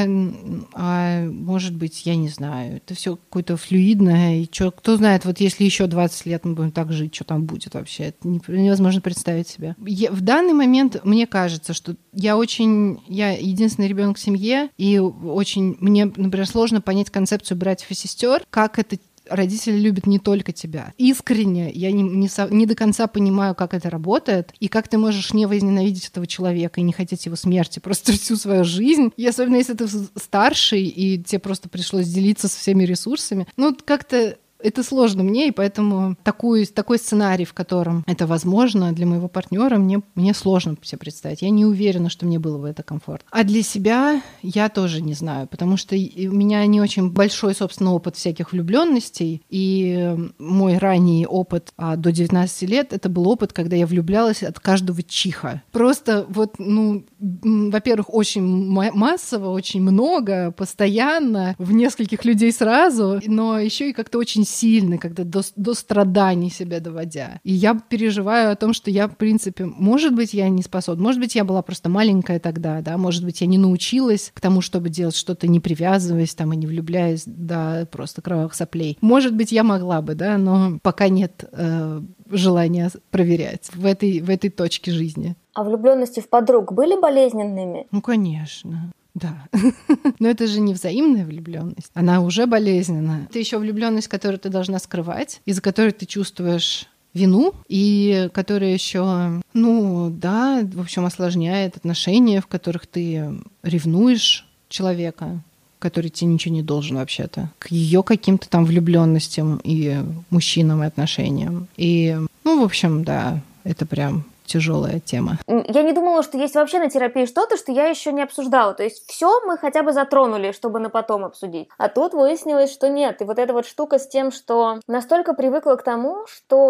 а может быть, я не знаю, это все какое-то флюидное, и чё, кто знает, вот если еще двадцать лет мы будем так жить, что там будет вообще, это невозможно представить себе. Я, в данный момент мне кажется, что я очень, я единственный ребенок в семье, и очень, мне, например, сложно понять концепцию братьев и сестер, как это родители любят не только тебя. Искренне я не, не, не до конца понимаю, как это работает, и как ты можешь не возненавидеть этого человека и не хотеть его смерти просто всю свою жизнь. И особенно если ты старший, и тебе просто пришлось делиться со всеми ресурсами. Ну, как-то это сложно мне, и поэтому такой, такой сценарий, в котором это возможно для моего партнера, мне, мне сложно себе представить. Я не уверена, что мне было бы это комфортно. А для себя я тоже не знаю, потому что у меня не очень большой, собственно, опыт всяких влюбленностей, и мой ранний опыт а, до девятнадцати лет — это был опыт, когда я влюблялась от каждого чиха. Просто вот, ну, во-первых, очень массово, очень много, постоянно, в нескольких людей сразу, но еще и как-то очень сильно, когда до, до страданий себя доводя. И я переживаю о том, что я, в принципе, может быть, я не способна, может быть, я была просто маленькая тогда, да, может быть, я не научилась к тому, чтобы делать что-то, не привязываясь там и не влюбляясь до просто кровавых соплей. Может быть, я могла бы, да, но пока нет э, желания проверять в этой, в этой точке жизни. А влюбленности в подруг были болезненными? Ну, конечно. Да. Но это же не взаимная влюбленность. Она уже болезненная. Это еще влюбленность, которую ты должна скрывать, из-за которой ты чувствуешь вину, и которая еще, ну, да, в общем, осложняет отношения, в которых ты ревнуешь человека, который тебе ничего не должен вообще-то, к ее каким-то там влюбленностям и мужчинам, и отношениям. И, ну, в общем, да, это прям тяжелая тема. Я не думала, что есть вообще на терапии что-то, что я еще не обсуждала. То есть все мы хотя бы затронули, чтобы на потом обсудить. А тут выяснилось, что нет. И вот эта вот штука с тем, что настолько привыкла к тому, что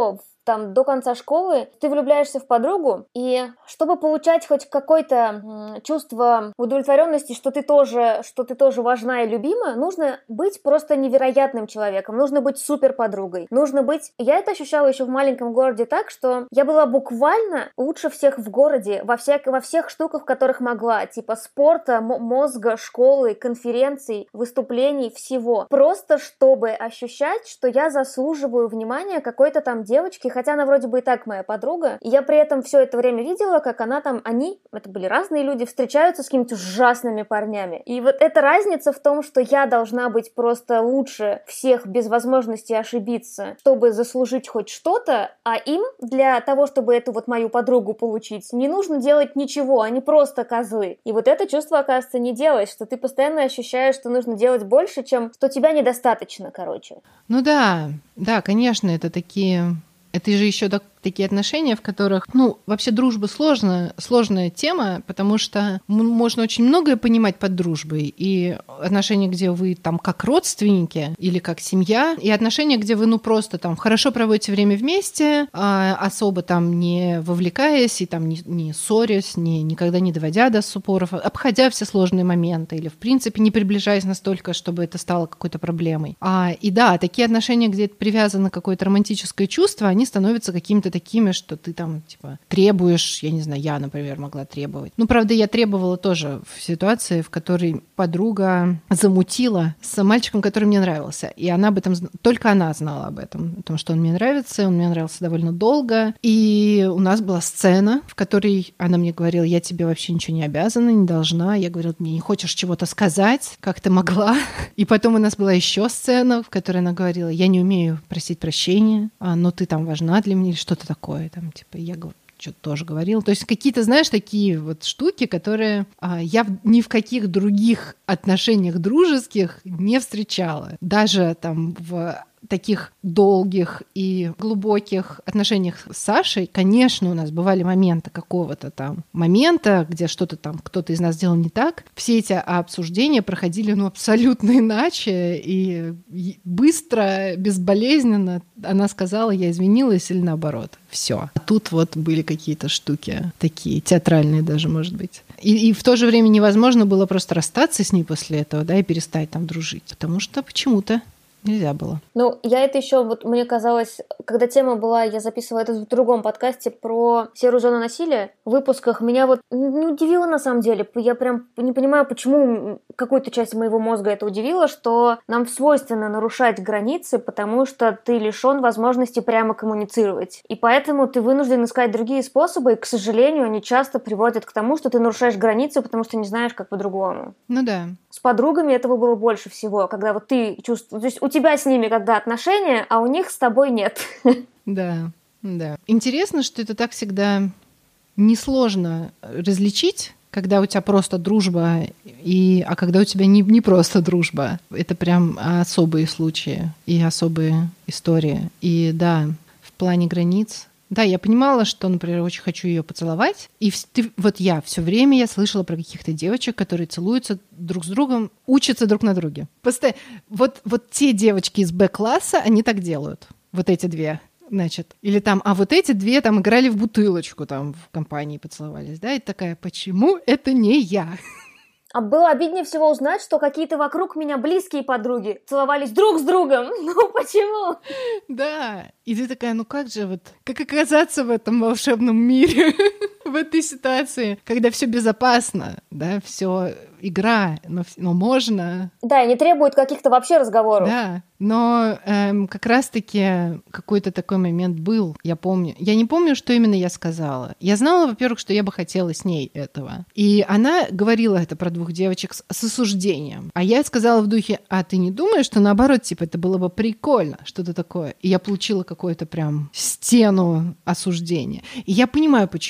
там до конца школы ты влюбляешься в подругу, и чтобы получать хоть какое-то м, чувство удовлетворенности, что ты тоже, что ты тоже важна и любима, нужно быть просто невероятным человеком, нужно быть супер подругой, нужно быть... Я это ощущала еще в маленьком городе так, что я была буквально лучше всех в городе, во, всяк... во всех штуках, в которых могла, типа спорта, м- мозга, школы, конференций, выступлений, всего. Просто чтобы ощущать, что я заслуживаю внимания какой-то там девочки, хотя она вроде бы и так моя подруга, и я при этом все это время видела, как она там, они, это были разные люди, встречаются с какими-то ужасными парнями. И вот эта разница в том, что я должна быть просто лучше всех без возможности ошибиться, чтобы заслужить хоть что-то, а им для того, чтобы эту вот мою подругу получить, не нужно делать ничего, они просто козлы. И вот это чувство, оказывается, не делаешь, что ты постоянно ощущаешь, что нужно делать больше, чем что тебя недостаточно, короче. Ну да, да, конечно, это такие... Это же еще так, такие отношения, в которых, ну, вообще дружба сложная, сложная тема, потому что можно очень многое понимать под дружбой. И отношения, где вы там как родственники или как семья, и отношения, где вы, ну, просто там хорошо проводите время вместе, а особо там не вовлекаясь и там не, не ссорясь, не, никогда не доводя до ссоров, обходя все сложные моменты или, в принципе, не приближаясь настолько, чтобы это стало какой-то проблемой. А, и да, такие отношения, где привязано какое-то романтическое чувство, они становятся какими-то такими, что ты там, типа, требуешь, я не знаю, я, например, могла требовать. Ну, правда, я требовала тоже в ситуации, в которой подруга замутила с мальчиком, который мне нравился. И она об этом, только она знала об этом, о том, что он мне нравится, он мне нравился довольно долго. И у нас была сцена, в которой она мне говорила, я тебе вообще ничего не обязана, не должна. Я говорила, мне не хочешь чего-то сказать, как ты могла. И потом у нас была еще сцена, в которой она говорила, я не умею просить прощения, но ты там важна для меня, или что-то такое. Там, типа, я говорю, что-то тоже говорила. То есть какие-то, знаешь, такие вот штуки, которые а, я в, ни в каких других отношениях дружеских не встречала. Даже там в таких долгих и глубоких отношениях с Сашей, конечно, у нас бывали моменты какого-то там момента, где что-то там кто-то из нас сделал не так. Все эти обсуждения проходили, ну, абсолютно иначе и быстро, безболезненно. Она сказала, я извинилась или наоборот. Все. А тут вот были какие-то штуки такие, театральные даже, может быть. И, и в то же время невозможно было просто расстаться с ней после этого, да, и перестать там дружить. Потому что почему-то нельзя было. Ну, я это еще, вот мне казалось, когда тема была, я записывала это в другом подкасте про серую зону насилия, в выпусках, меня вот не удивило на самом деле. Я прям не понимаю, почему какую-то часть моего мозга это удивило, что нам свойственно нарушать границы, потому что ты лишен возможности прямо коммуницировать. И поэтому ты вынужден искать другие способы, и, к сожалению, они часто приводят к тому, что ты нарушаешь границы, потому что не знаешь, как по-другому. Ну да. С подругами этого было больше всего, когда вот ты чувствуешь... То есть у тебя с ними когда отношения, а у них с тобой нет. Да, да. Интересно, что это так всегда несложно различить, когда у тебя просто дружба, и, а когда у тебя не, не просто дружба. Это прям особые случаи и особые истории. И да, в плане границ... Да, я понимала, что, например, очень хочу ее поцеловать. И в, ты, вот я все время я слышала про каких-то девочек, которые целуются друг с другом, учатся друг на друге. Просто вот, вот те девочки из Б-класса, они так делают. Вот эти две, значит. Или там, а вот эти две там играли в бутылочку там в компании, поцеловались, да? И такая, почему это не я? А было обиднее всего узнать, что какие-то вокруг меня близкие подруги целовались друг с другом. Ну почему? Да. И ты такая, ну как же вот, как оказаться в этом волшебном мире, в этой ситуации, когда все безопасно, да, все игра, но, но можно. Да, и не требует каких-то вообще разговоров. Да, но эм, как раз-таки какой-то такой момент был, я помню. Я не помню, что именно я сказала. Я знала, во-первых, что я бы хотела с ней этого. И она говорила это про двух девочек с, с осуждением. А я сказала в духе, а ты не думаешь, что наоборот, типа, это было бы прикольно, что-то такое. И я получила какую-то прям стену осуждения. И я понимаю, почему. Потому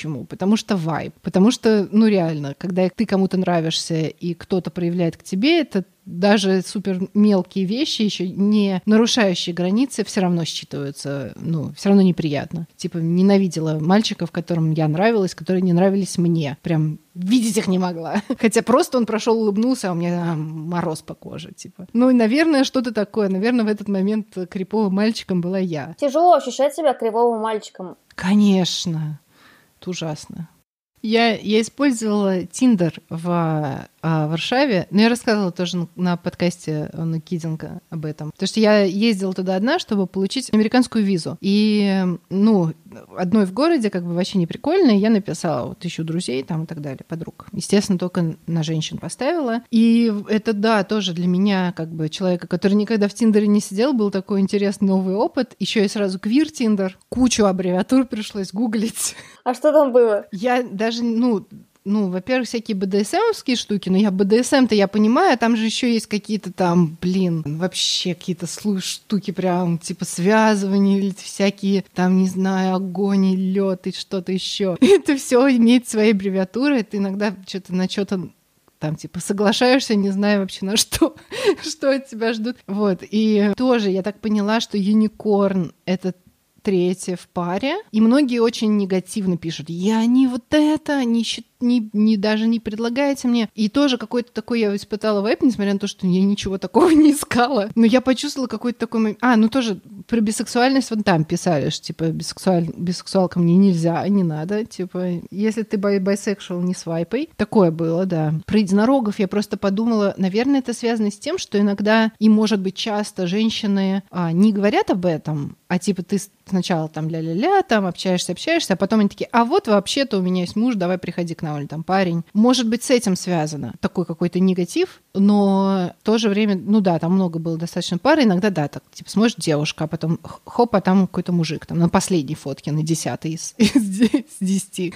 потому что вайб. Потому что, ну реально, когда ты кому-то нравишься и кто-то проявляет к тебе, это даже супер мелкие вещи, еще не нарушающие границы, все равно считываются, ну, все равно неприятно. Типа ненавидела мальчиков, которым я нравилась, которые не нравились мне. Прям видеть их не могла. Хотя просто он прошел, улыбнулся, а у меня а, мороз по коже, типа. Ну, и, наверное, что-то такое. Наверное, в этот момент криповым мальчиком была я. Тяжело ощущать себя криповым мальчиком. Конечно. Это ужасно. Я, я использовала Тиндер в а, Варшаве, но я рассказывала тоже на, на подкасте на Кидинга об этом. Потому что я ездила туда одна, чтобы получить американскую визу. И, ну, одной в городе как бы вообще не прикольно. Я написала, вот, ищу друзей там и так далее, подруг. Естественно, только на женщин поставила. И это, да, тоже для меня, как бы, человека, который никогда в Тиндере не сидел, был такой интересный новый опыт. Еще и сразу квир-Тиндер. Кучу аббревиатур пришлось гуглить. А что там было? Я даже, ну, ну, во-первых, всякие бэ дэ эс эм-овские штуки, но я бэ дэ эс эм-то я понимаю, а там же еще есть какие-то там, блин, вообще какие-то штуки прям, типа связывания или всякие, там, не знаю, огонь и лед и что-то еще. Это все имеет свои аббревиатуры, ты иногда что-то на что-то там, типа, соглашаешься, не зная вообще на что, что от тебя ждут. Вот, и тоже я так поняла, что юникорн — это третье в паре, и многие очень негативно пишут: я не вот это, не, не, не даже не предлагаете мне. И тоже какой-то такой я испытала вайб, несмотря на то, что я ничего такого не искала. Но я почувствовала какой-то такой момент. А, ну тоже про бисексуальность вот там писали, что типа бисексуаль... бисексуалка мне нельзя, не надо. Типа, если ты бай- байсексуал, не свайпай. Такое было, да. Про единорогов я просто подумала, наверное, это связано с тем, что иногда и, может быть, часто женщины а, не говорят об этом, а типа ты сначала там ля-ля-ля, там общаешься, общаешься, а потом они такие: а вот вообще-то у меня есть муж, давай приходи к нам, или там парень. Может быть, с этим связано такой какой-то негатив, но в то же время, ну да, там много было достаточно пар, иногда да, так, типа, смотришь, девушка, а потом хоп, а там какой-то мужик, там, на последней фотке, на десятой из, из десяти.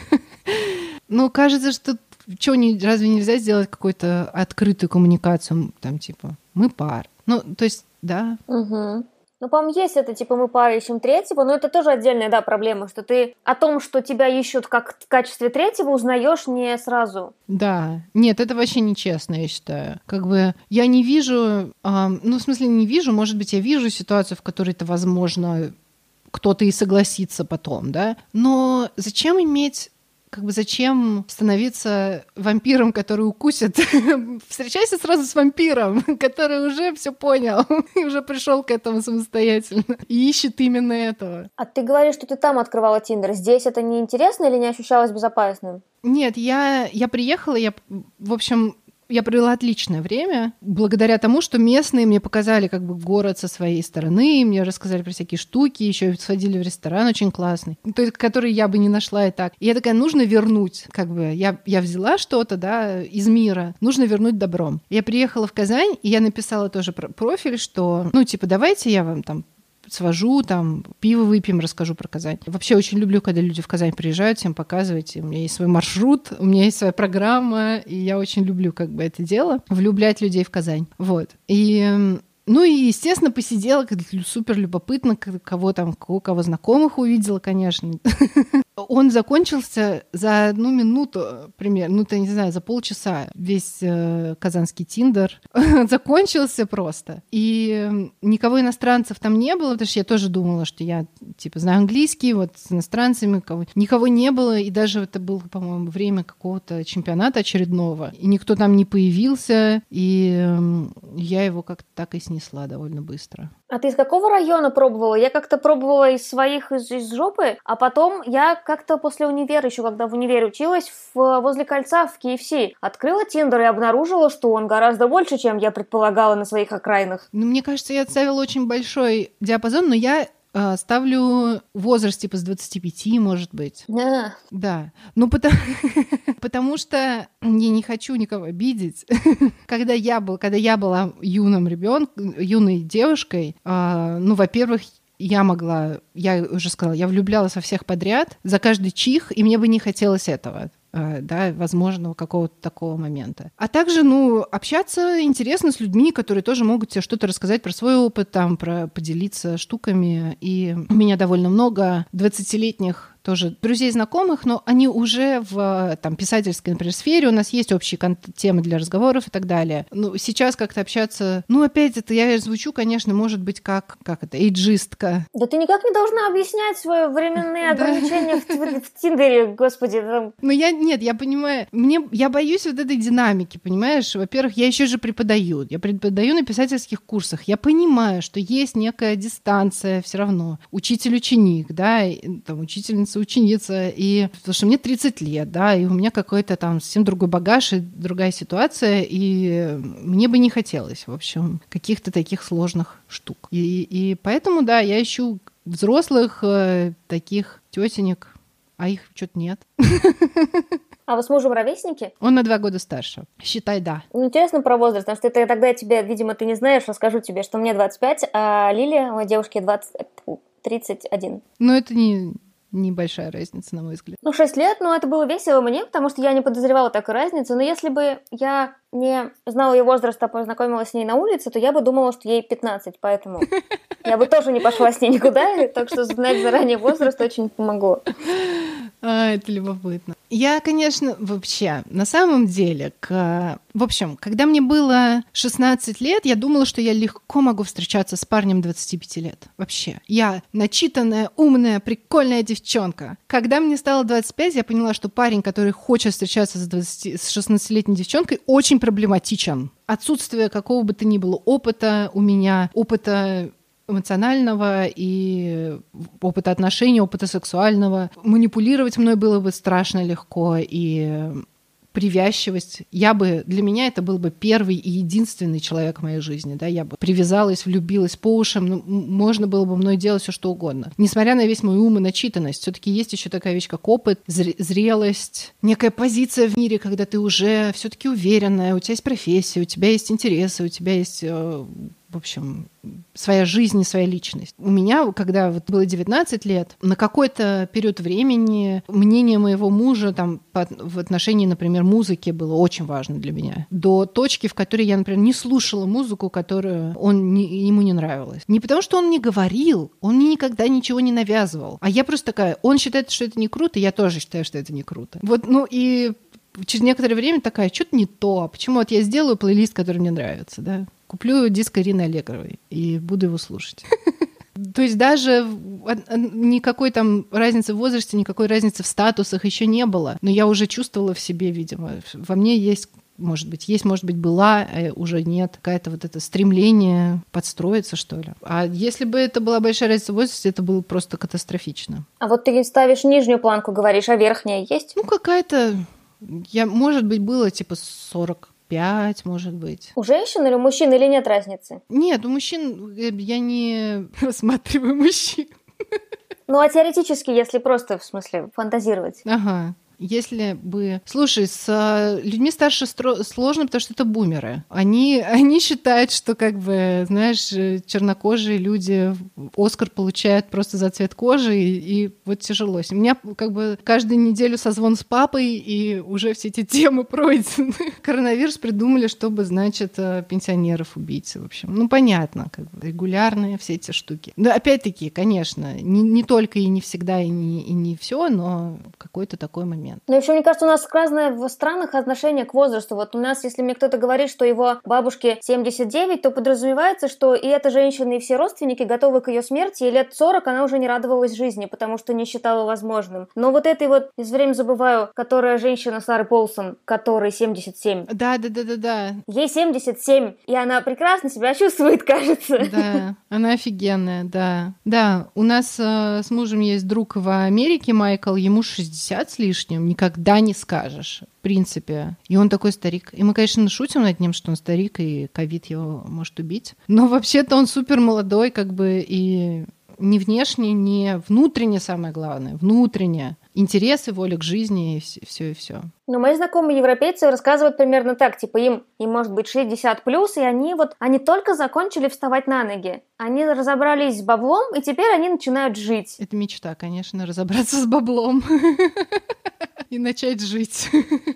Ну, кажется, что что, разве нельзя сделать какую-то открытую коммуникацию, там, типа, мы пар. Ну, то есть, да. Угу. Ну, по-моему, есть это, типа, мы пара ищем третьего, но это тоже отдельная, да, проблема, что ты о том, что тебя ищут как в качестве третьего, узнаешь не сразу. Да. Нет, это вообще нечестно, я считаю. Как бы я не вижу, э, ну, в смысле, не вижу, может быть, я вижу ситуацию, в которой это, возможно, кто-то и согласится потом, да, но зачем иметь... Как бы зачем становиться вампиром, который укусит? Встречайся сразу с вампиром, который уже все понял и уже пришел к этому самостоятельно и ищет именно этого. А ты говоришь, что ты там открывала Тиндер. Здесь это не интересно или не ощущалось безопасным? Нет, я, я приехала, я, в общем... Я провела отличное время, благодаря тому, что местные мне показали как бы город со своей стороны, мне рассказали про всякие штуки, еще сходили в ресторан очень классный, то есть, который я бы не нашла и так. И я такая, нужно вернуть, как бы, я, я взяла что-то, да, из мира, нужно вернуть добром. Я приехала в Казань, и я написала тоже профиль, что, ну, типа, давайте я вам там свожу, там, пиво выпьем, расскажу про Казань. Вообще очень люблю, когда люди в Казань приезжают, всем показывать. У меня есть свой маршрут, у меня есть своя программа, и я очень люблю как бы это дело, влюблять людей в Казань. Вот. И... Ну и, естественно, посидела, супер любопытно, кого там, кого, кого знакомых увидела, конечно. Он закончился за одну минуту, примерно, ну, ты не знаю, за полчаса весь э, казанский Тиндер закончился просто. И никого иностранцев там не было, потому что я тоже думала, что я, типа, знаю английский, вот с иностранцами кого... никого не было, и даже это было, по-моему, время какого-то чемпионата очередного, и никто там не появился, и э, я его как-то так и снесла довольно быстро. А ты из какого района пробовала? Я как-то пробовала из своих, из, из жопы, а потом я как-то после универа, еще когда в универе училась, в, возле Кольца в кей эф си, открыла Тиндер и обнаружила, что он гораздо больше, чем я предполагала на своих окраинах. Ну, мне кажется, я отставила очень большой диапазон, но я э, ставлю возраст типа с двадцати пяти, может быть. Да. Да. Ну, потому... потому что я не хочу никого обидеть. Когда я был, когда я была юным ребенком, юной девушкой, э, ну, во-первых, я могла, я уже сказала, я влюблялась во всех подряд, за каждый чих, и мне бы не хотелось этого, да, возможного какого-то такого момента. А также, ну, общаться интересно с людьми, которые тоже могут тебе что-то рассказать про свой опыт, там, про поделиться штуками. И у меня довольно много двадцатилетних тоже друзей, знакомых, но они уже в там, писательской, например, сфере, у нас есть общие кон- темы для разговоров и так далее. Ну, сейчас как-то общаться... Ну, опять это я звучу, конечно, может быть, как, как это, эйджистка. Да ты никак не должна объяснять свои временные ограничения в Тиндере, господи. Ну, я, нет, я понимаю, мне, я боюсь вот этой динамики, понимаешь? Во-первых, я еще же преподаю, я преподаю на писательских курсах, я понимаю, что есть некая дистанция все равно, учитель-ученик, да, и, там, учительница-ученица, и потому что мне тридцать лет, да, и у меня какой-то там совсем другой багаж и другая ситуация, и мне бы не хотелось, в общем, каких-то таких сложных штук. И, и поэтому, да, я ищу взрослых э, таких тетенек, а их что-то нет. А вы с мужем ровесники? Он на два года старше. Считай, да. Ну, интересно про возраст, потому что это, тогда я тебе, видимо, ты не знаешь, расскажу тебе, что мне двадцать пять, а Лиле, моей девушке, двадцать, тридцать один. Ну, это не... Небольшая разница, на мой взгляд. Ну, шесть лет, но это было весело мне, потому что я не подозревала такой разницы. Но если бы я не знала ее возраст, а познакомилась с ней на улице, то я бы думала, что ей пятнадцать, поэтому я бы тоже не пошла с ней никуда, так что знать заранее возраст очень помогло. А, это любопытно. Я, конечно, вообще, на самом деле, к... в общем, когда мне было шестнадцать лет, я думала, что я легко могу встречаться с парнем двадцати пяти лет. Вообще. Я начитанная, умная, прикольная девчонка. Когда мне стало двадцать пять, я поняла, что парень, который хочет встречаться с, двадцати... с шестнадцатилетней девчонкой, очень проблематичен. Отсутствие какого бы то ни было опыта у меня, опыта эмоционального и опыта отношений, опыта сексуального. Манипулировать мной было бы страшно легко, и привязчивость. Я бы, для меня это был бы первый и единственный человек в моей жизни. Да? Я бы привязалась, влюбилась по ушам. Ну, можно было бы мной делать все, что угодно. Несмотря на весь мой ум и начитанность, все-таки есть еще такая вещь, как опыт, зрелость, некая позиция в мире, когда ты уже все-таки уверенная, у тебя есть профессия, у тебя есть интересы, у тебя есть... в общем, своя жизнь и своя личность. У меня, когда вот было девятнадцать лет, на какой-то период времени мнение моего мужа там, по, в отношении, например, музыки было очень важно для меня. До точки, в которой я, например, не слушала музыку, которую он не, ему не нравилась. Не потому, что он не говорил, он мне никогда ничего не навязывал. А я просто такая, он считает, что это не круто, я тоже считаю, что это не круто. Вот, ну и через некоторое время такая, что-то не то. Почему вот я сделаю плейлист, который мне нравится, да? Куплю диск Ирины Аллегровой и буду его слушать. То есть даже никакой там разницы в возрасте, никакой разницы в статусах еще не было. Но я уже чувствовала в себе, видимо, во мне есть, может быть, есть, может быть, была, а уже нет. Какое-то вот это стремление подстроиться, что ли. А если бы это была большая разница в возрасте, это было просто катастрофично. А вот ты ставишь нижнюю планку, говоришь, а верхняя есть? Ну, какая-то... Я, может быть, было типа сорок. Пять, может быть. У женщин или у мужчин, или нет разницы? Нет, у мужчин я не рассматриваю мужчин. Ну, а теоретически, если просто, в смысле, фантазировать? Ага. Если бы... Слушай, с людьми старше стро... сложно, потому что это бумеры. Они, они считают, что, как бы, знаешь, чернокожие люди Оскар получают просто за цвет кожи, и, и вот тяжело. У меня, как бы, каждую неделю созвон с папой, и уже все эти темы пройдены. Коронавирус придумали, чтобы, значит, пенсионеров убить. В общем, ну, понятно, как бы, регулярные все эти штуки. Да, опять-таки, конечно, не, не только и не всегда, и не, и не все, но какой-то такой момент. Но еще, мне кажется, у нас разное в странах отношение к возрасту. Вот у нас, если мне кто-то говорит, что его бабушке семьдесят девять, то подразумевается, что и эта женщина, и все родственники готовы к ее смерти, и лет сорок она уже не радовалась жизни, потому что не считала возможным. Но вот этой вот, я все время забываю, которая женщина Сары Полсон, которой семьдесят семь. Да, да, да, да, да. Ей семьдесят семь, и она прекрасно себя чувствует, кажется. Да, она офигенная, да. Да, у нас э, с мужем есть друг в Америке, Майкл, ему шестьдесят с лишним, никогда не скажешь, в принципе. И он такой старик. И мы, конечно, шутим над ним, что он старик, и ковид его может убить. Но вообще-то он супер молодой, как бы, и не внешне, не внутренне, самое главное, внутренне. Интересы, воля к жизни, и все, и все. Но мои знакомые европейцы рассказывают примерно так, типа им, им может быть шестьдесят плюс, и они вот, они только закончили вставать на ноги. Они разобрались с баблом, и теперь они начинают жить. Это мечта, конечно, разобраться с баблом и начать жить.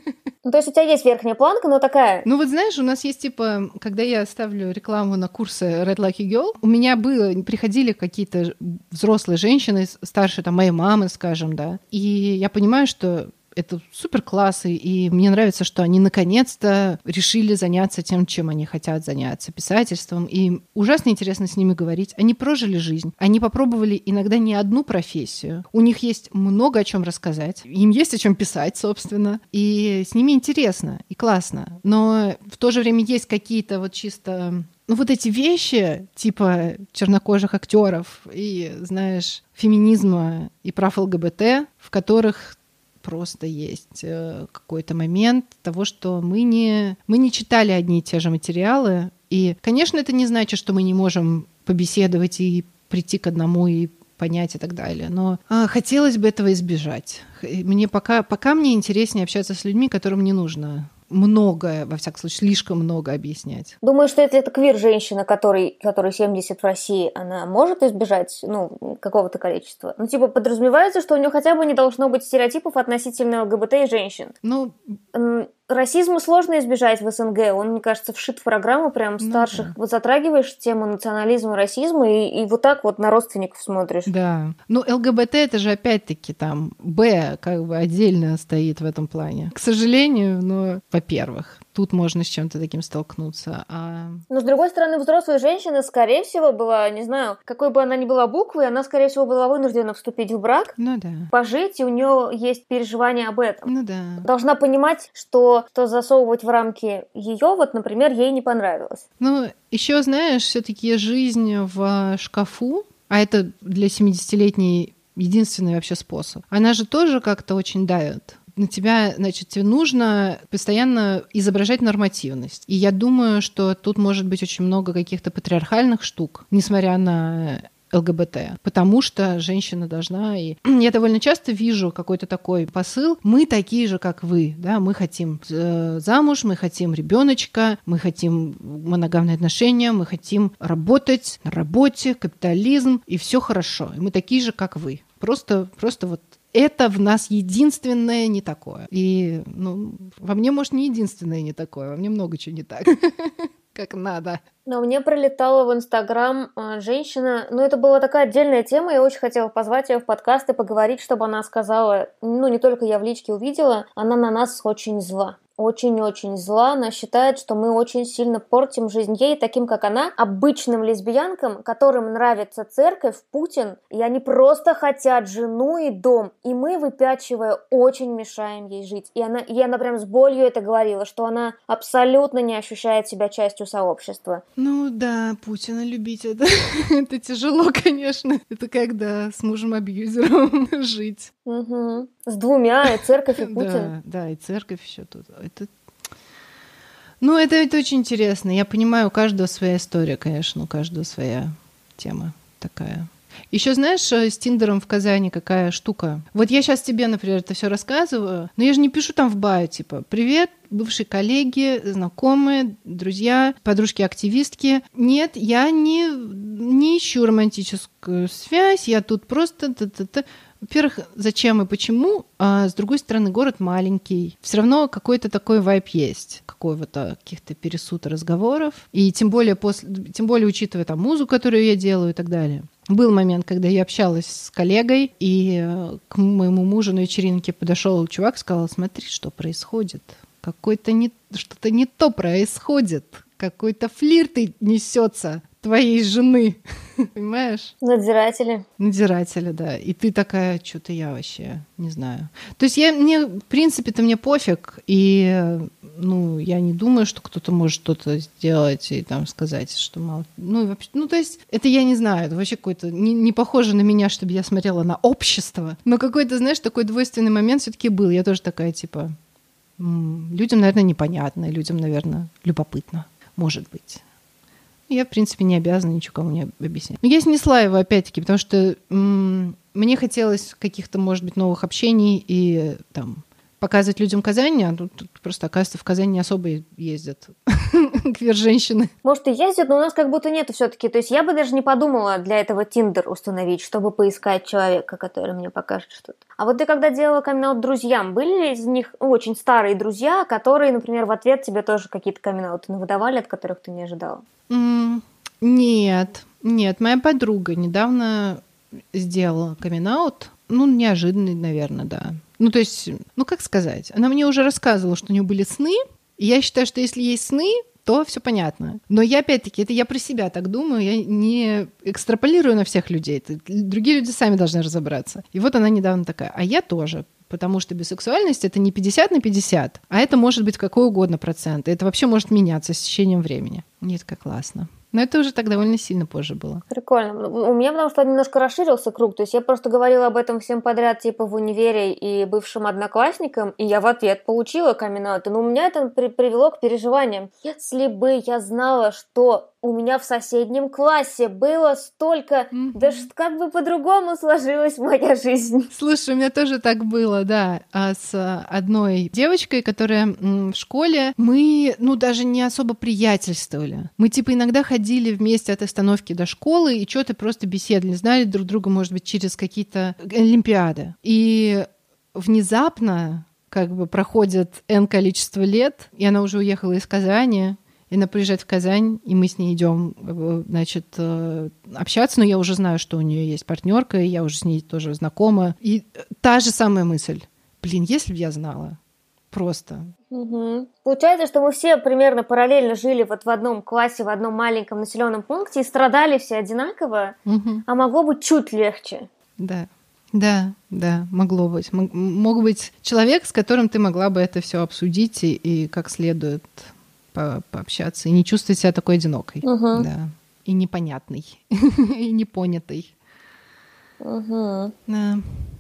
Ну, то есть у тебя есть верхняя планка, но такая... Ну вот знаешь, у нас есть типа, когда я ставлю рекламу на курсы Red Lucky Girl, у меня было, приходили какие-то взрослые женщины, старше там моей мамы, скажем, да, и я понимаю, что это супер классы, и мне нравится, что они наконец-то решили заняться тем, чем они хотят заняться, писательством. И ужасно интересно с ними говорить. Они прожили жизнь, они попробовали иногда не одну профессию. У них есть много о чем рассказать, им есть о чем писать, собственно, и с ними интересно и классно. Но в то же время есть какие-то вот чисто... Ну, вот эти вещи, типа чернокожих актеров и, знаешь, феминизма и прав ЛГБТ, в которых просто есть какой-то момент того, что мы не, мы не читали одни и те же материалы. И, конечно, это не значит, что мы не можем побеседовать и прийти к одному и понять и так далее. Но а, хотелось бы этого избежать. Мне пока, пока мне интереснее общаться с людьми, которым не нужно многое, во всяком случае, слишком много объяснять. Думаю, что если это квир-женщина, которой, которой семьдесят в России, она может избежать, ну, какого-то количества? Ну, типа, подразумевается, что у нее хотя бы не должно быть стереотипов относительно ЛГБТ и женщин. Ну... Расизма сложно избежать в СНГ. Он, мне кажется, вшит в программу прям старших. Ну, да. Вот затрагиваешь тему национализма, расизма, и, и вот так вот на родственников смотришь. Да. Ну, ЛГБТ это же опять-таки там Б как бы отдельно стоит в этом плане. К сожалению, но, во-первых, тут можно с чем-то таким столкнуться. А... Но, с другой стороны, взрослая женщина, скорее всего, была, не знаю, какой бы она ни была буквой, она, скорее всего, была вынуждена вступить в брак, ну, да. пожить, и у нее есть переживания об этом. Ну, да. Должна понимать, что, что засовывать в рамки ее, вот, например, ей не понравилось. Ну, еще, знаешь, все-таки жизнь в шкафу, а это для семидесятилетней единственный вообще способ, она же тоже как-то очень давит. На тебя, значит, тебе нужно постоянно изображать нормативность. И я думаю, что тут может быть очень много каких-то патриархальных штук, несмотря на ЛГБТ, потому что женщина должна... И... Я довольно часто вижу какой-то такой посыл. Мы такие же, как вы. Да? Мы хотим замуж, мы хотим ребеночка, мы хотим моногамные отношения, мы хотим работать на работе, капитализм, и все хорошо. И мы такие же, как вы. Просто, просто вот это в нас единственное не такое. И ну, во мне, может, не единственное не такое, во мне много чего не так, как надо. Но мне прилетала в Инстаграм женщина, ну это была такая отдельная тема, я очень хотела позвать ее в подкаст и поговорить, чтобы она сказала, ну не только я в личке увидела, она на нас очень зла. Очень-очень зла. Она считает, что мы очень сильно портим жизнь ей, таким как она, обычным лесбиянкам, которым нравится церковь, Путин, и они просто хотят жену и дом. И мы, выпячивая, очень мешаем ей жить. И она, и она прям с болью это говорила, что она абсолютно не ощущает себя частью сообщества. Ну да, Путина любить это, это тяжело, конечно. Это когда с мужем-абьюзером жить. Угу. С двумя, и церковь, и Путин. Да, да, и церковь еще тут. Это... Ну, это, это очень интересно. Я понимаю, у каждого своя история, конечно, у каждого своя тема такая. Еще знаешь, с Тиндером в Казани какая штука? Вот я сейчас тебе, например, это все рассказываю, но я же не пишу там в баю, типа, привет, бывшие коллеги, знакомые, друзья, подружки-активистки. Нет, я не, не ищу романтическую связь, я тут просто... Та-та-та. Во-первых, зачем и почему? А с другой стороны, город маленький. Все равно какой-то такой вайб есть, какого-то каких-то пересуд разговоров. И тем более, после, тем более учитывая там музыку, которую я делаю и так далее. Был момент, когда я общалась с коллегой, и к моему мужу на вечеринке подошел чувак и сказал, смотри, что происходит. Какой-то не, что-то не то происходит. Какой-то флирт несется твоей жены. Понимаешь? Надзиратели. Надзиратели, да. И ты такая, что-то я вообще не знаю. То есть я, мне, в принципе-то мне пофиг, и ну, я не думаю, что кто-то может что-то сделать и там сказать, что мало... Ну, вообще, ну, то есть это я не знаю, это вообще какой-то не, не похоже на меня, чтобы я смотрела на общество, но какой-то, знаешь, такой двойственный момент все-таки был. Я тоже такая, типа, м- людям, наверное, непонятно, людям, наверное, любопытно, может быть. Я, в принципе, не обязана ничего кому не объяснять. Но я снесла его, опять-таки, потому что м- мне хотелось каких-то, может быть, новых общений и там показывать людям Казань, а тут, тут просто, оказывается, в Казань не особо ездят квир-женщины. Может, и ездят, но у нас как будто нету все-таки. То есть я бы даже не подумала для этого Тиндер установить, чтобы поискать человека, который мне покажет что-то. А вот ты когда делала камин-аут друзьям, были ли из них очень старые друзья, которые, например, в ответ тебе тоже какие-то камин-ауты выдавали, от которых ты не ожидала? Mm, нет, нет. Моя подруга недавно сделала камин-аут. Ну, неожиданный, наверное, да. Ну, то есть, ну, как сказать? Она мне уже рассказывала, что у нее были сны, и я считаю, что если есть сны, то все понятно. Но я, опять-таки, это я про себя так думаю, я не экстраполирую на всех людей. Это другие люди сами должны разобраться. И вот она недавно такая, а я тоже. Потому что бисексуальность — это не пятьдесят на пятьдесят, а это может быть какой угодно процент. И это вообще может меняться с течением времени. Нет, как классно. Но это уже так довольно сильно позже было. Прикольно. У меня, потому что немножко расширился круг. То есть я просто говорила об этом всем подряд, типа в универе и бывшим одноклассникам, и я в ответ получила камин-аут. Но у меня это при- привело к переживаниям. Если бы я знала, что у меня в соседнем классе было столько... Mm-hmm. Да как бы по-другому сложилась моя жизнь. Слушай, у меня тоже так было, да. А с одной девочкой, которая в школе, мы, ну, даже не особо приятельствовали. Мы, типа, иногда ходили вместе от остановки до школы и что-то просто беседовали, знали друг друга, может быть, через какие-то олимпиады. И внезапно как бы проходит N количество лет, и она уже уехала из Казани, и она приезжает в Казань, и мы с ней идем, значит, общаться, но я уже знаю, что у нее есть партнерка, и я уже с ней тоже знакома. И та же самая мысль. Блин, если бы я знала. Просто. Угу. Получается, что мы все примерно параллельно жили вот в одном классе, в одном маленьком населенном пункте и страдали все одинаково, угу. А могло быть чуть легче. Да. Да, да, могло быть. Мог быть человек, с которым ты могла бы это все обсудить и, и как следует по- пообщаться, и не чувствовать себя такой одинокой. Угу. Да. И непонятной, и непонятой. Угу. Да.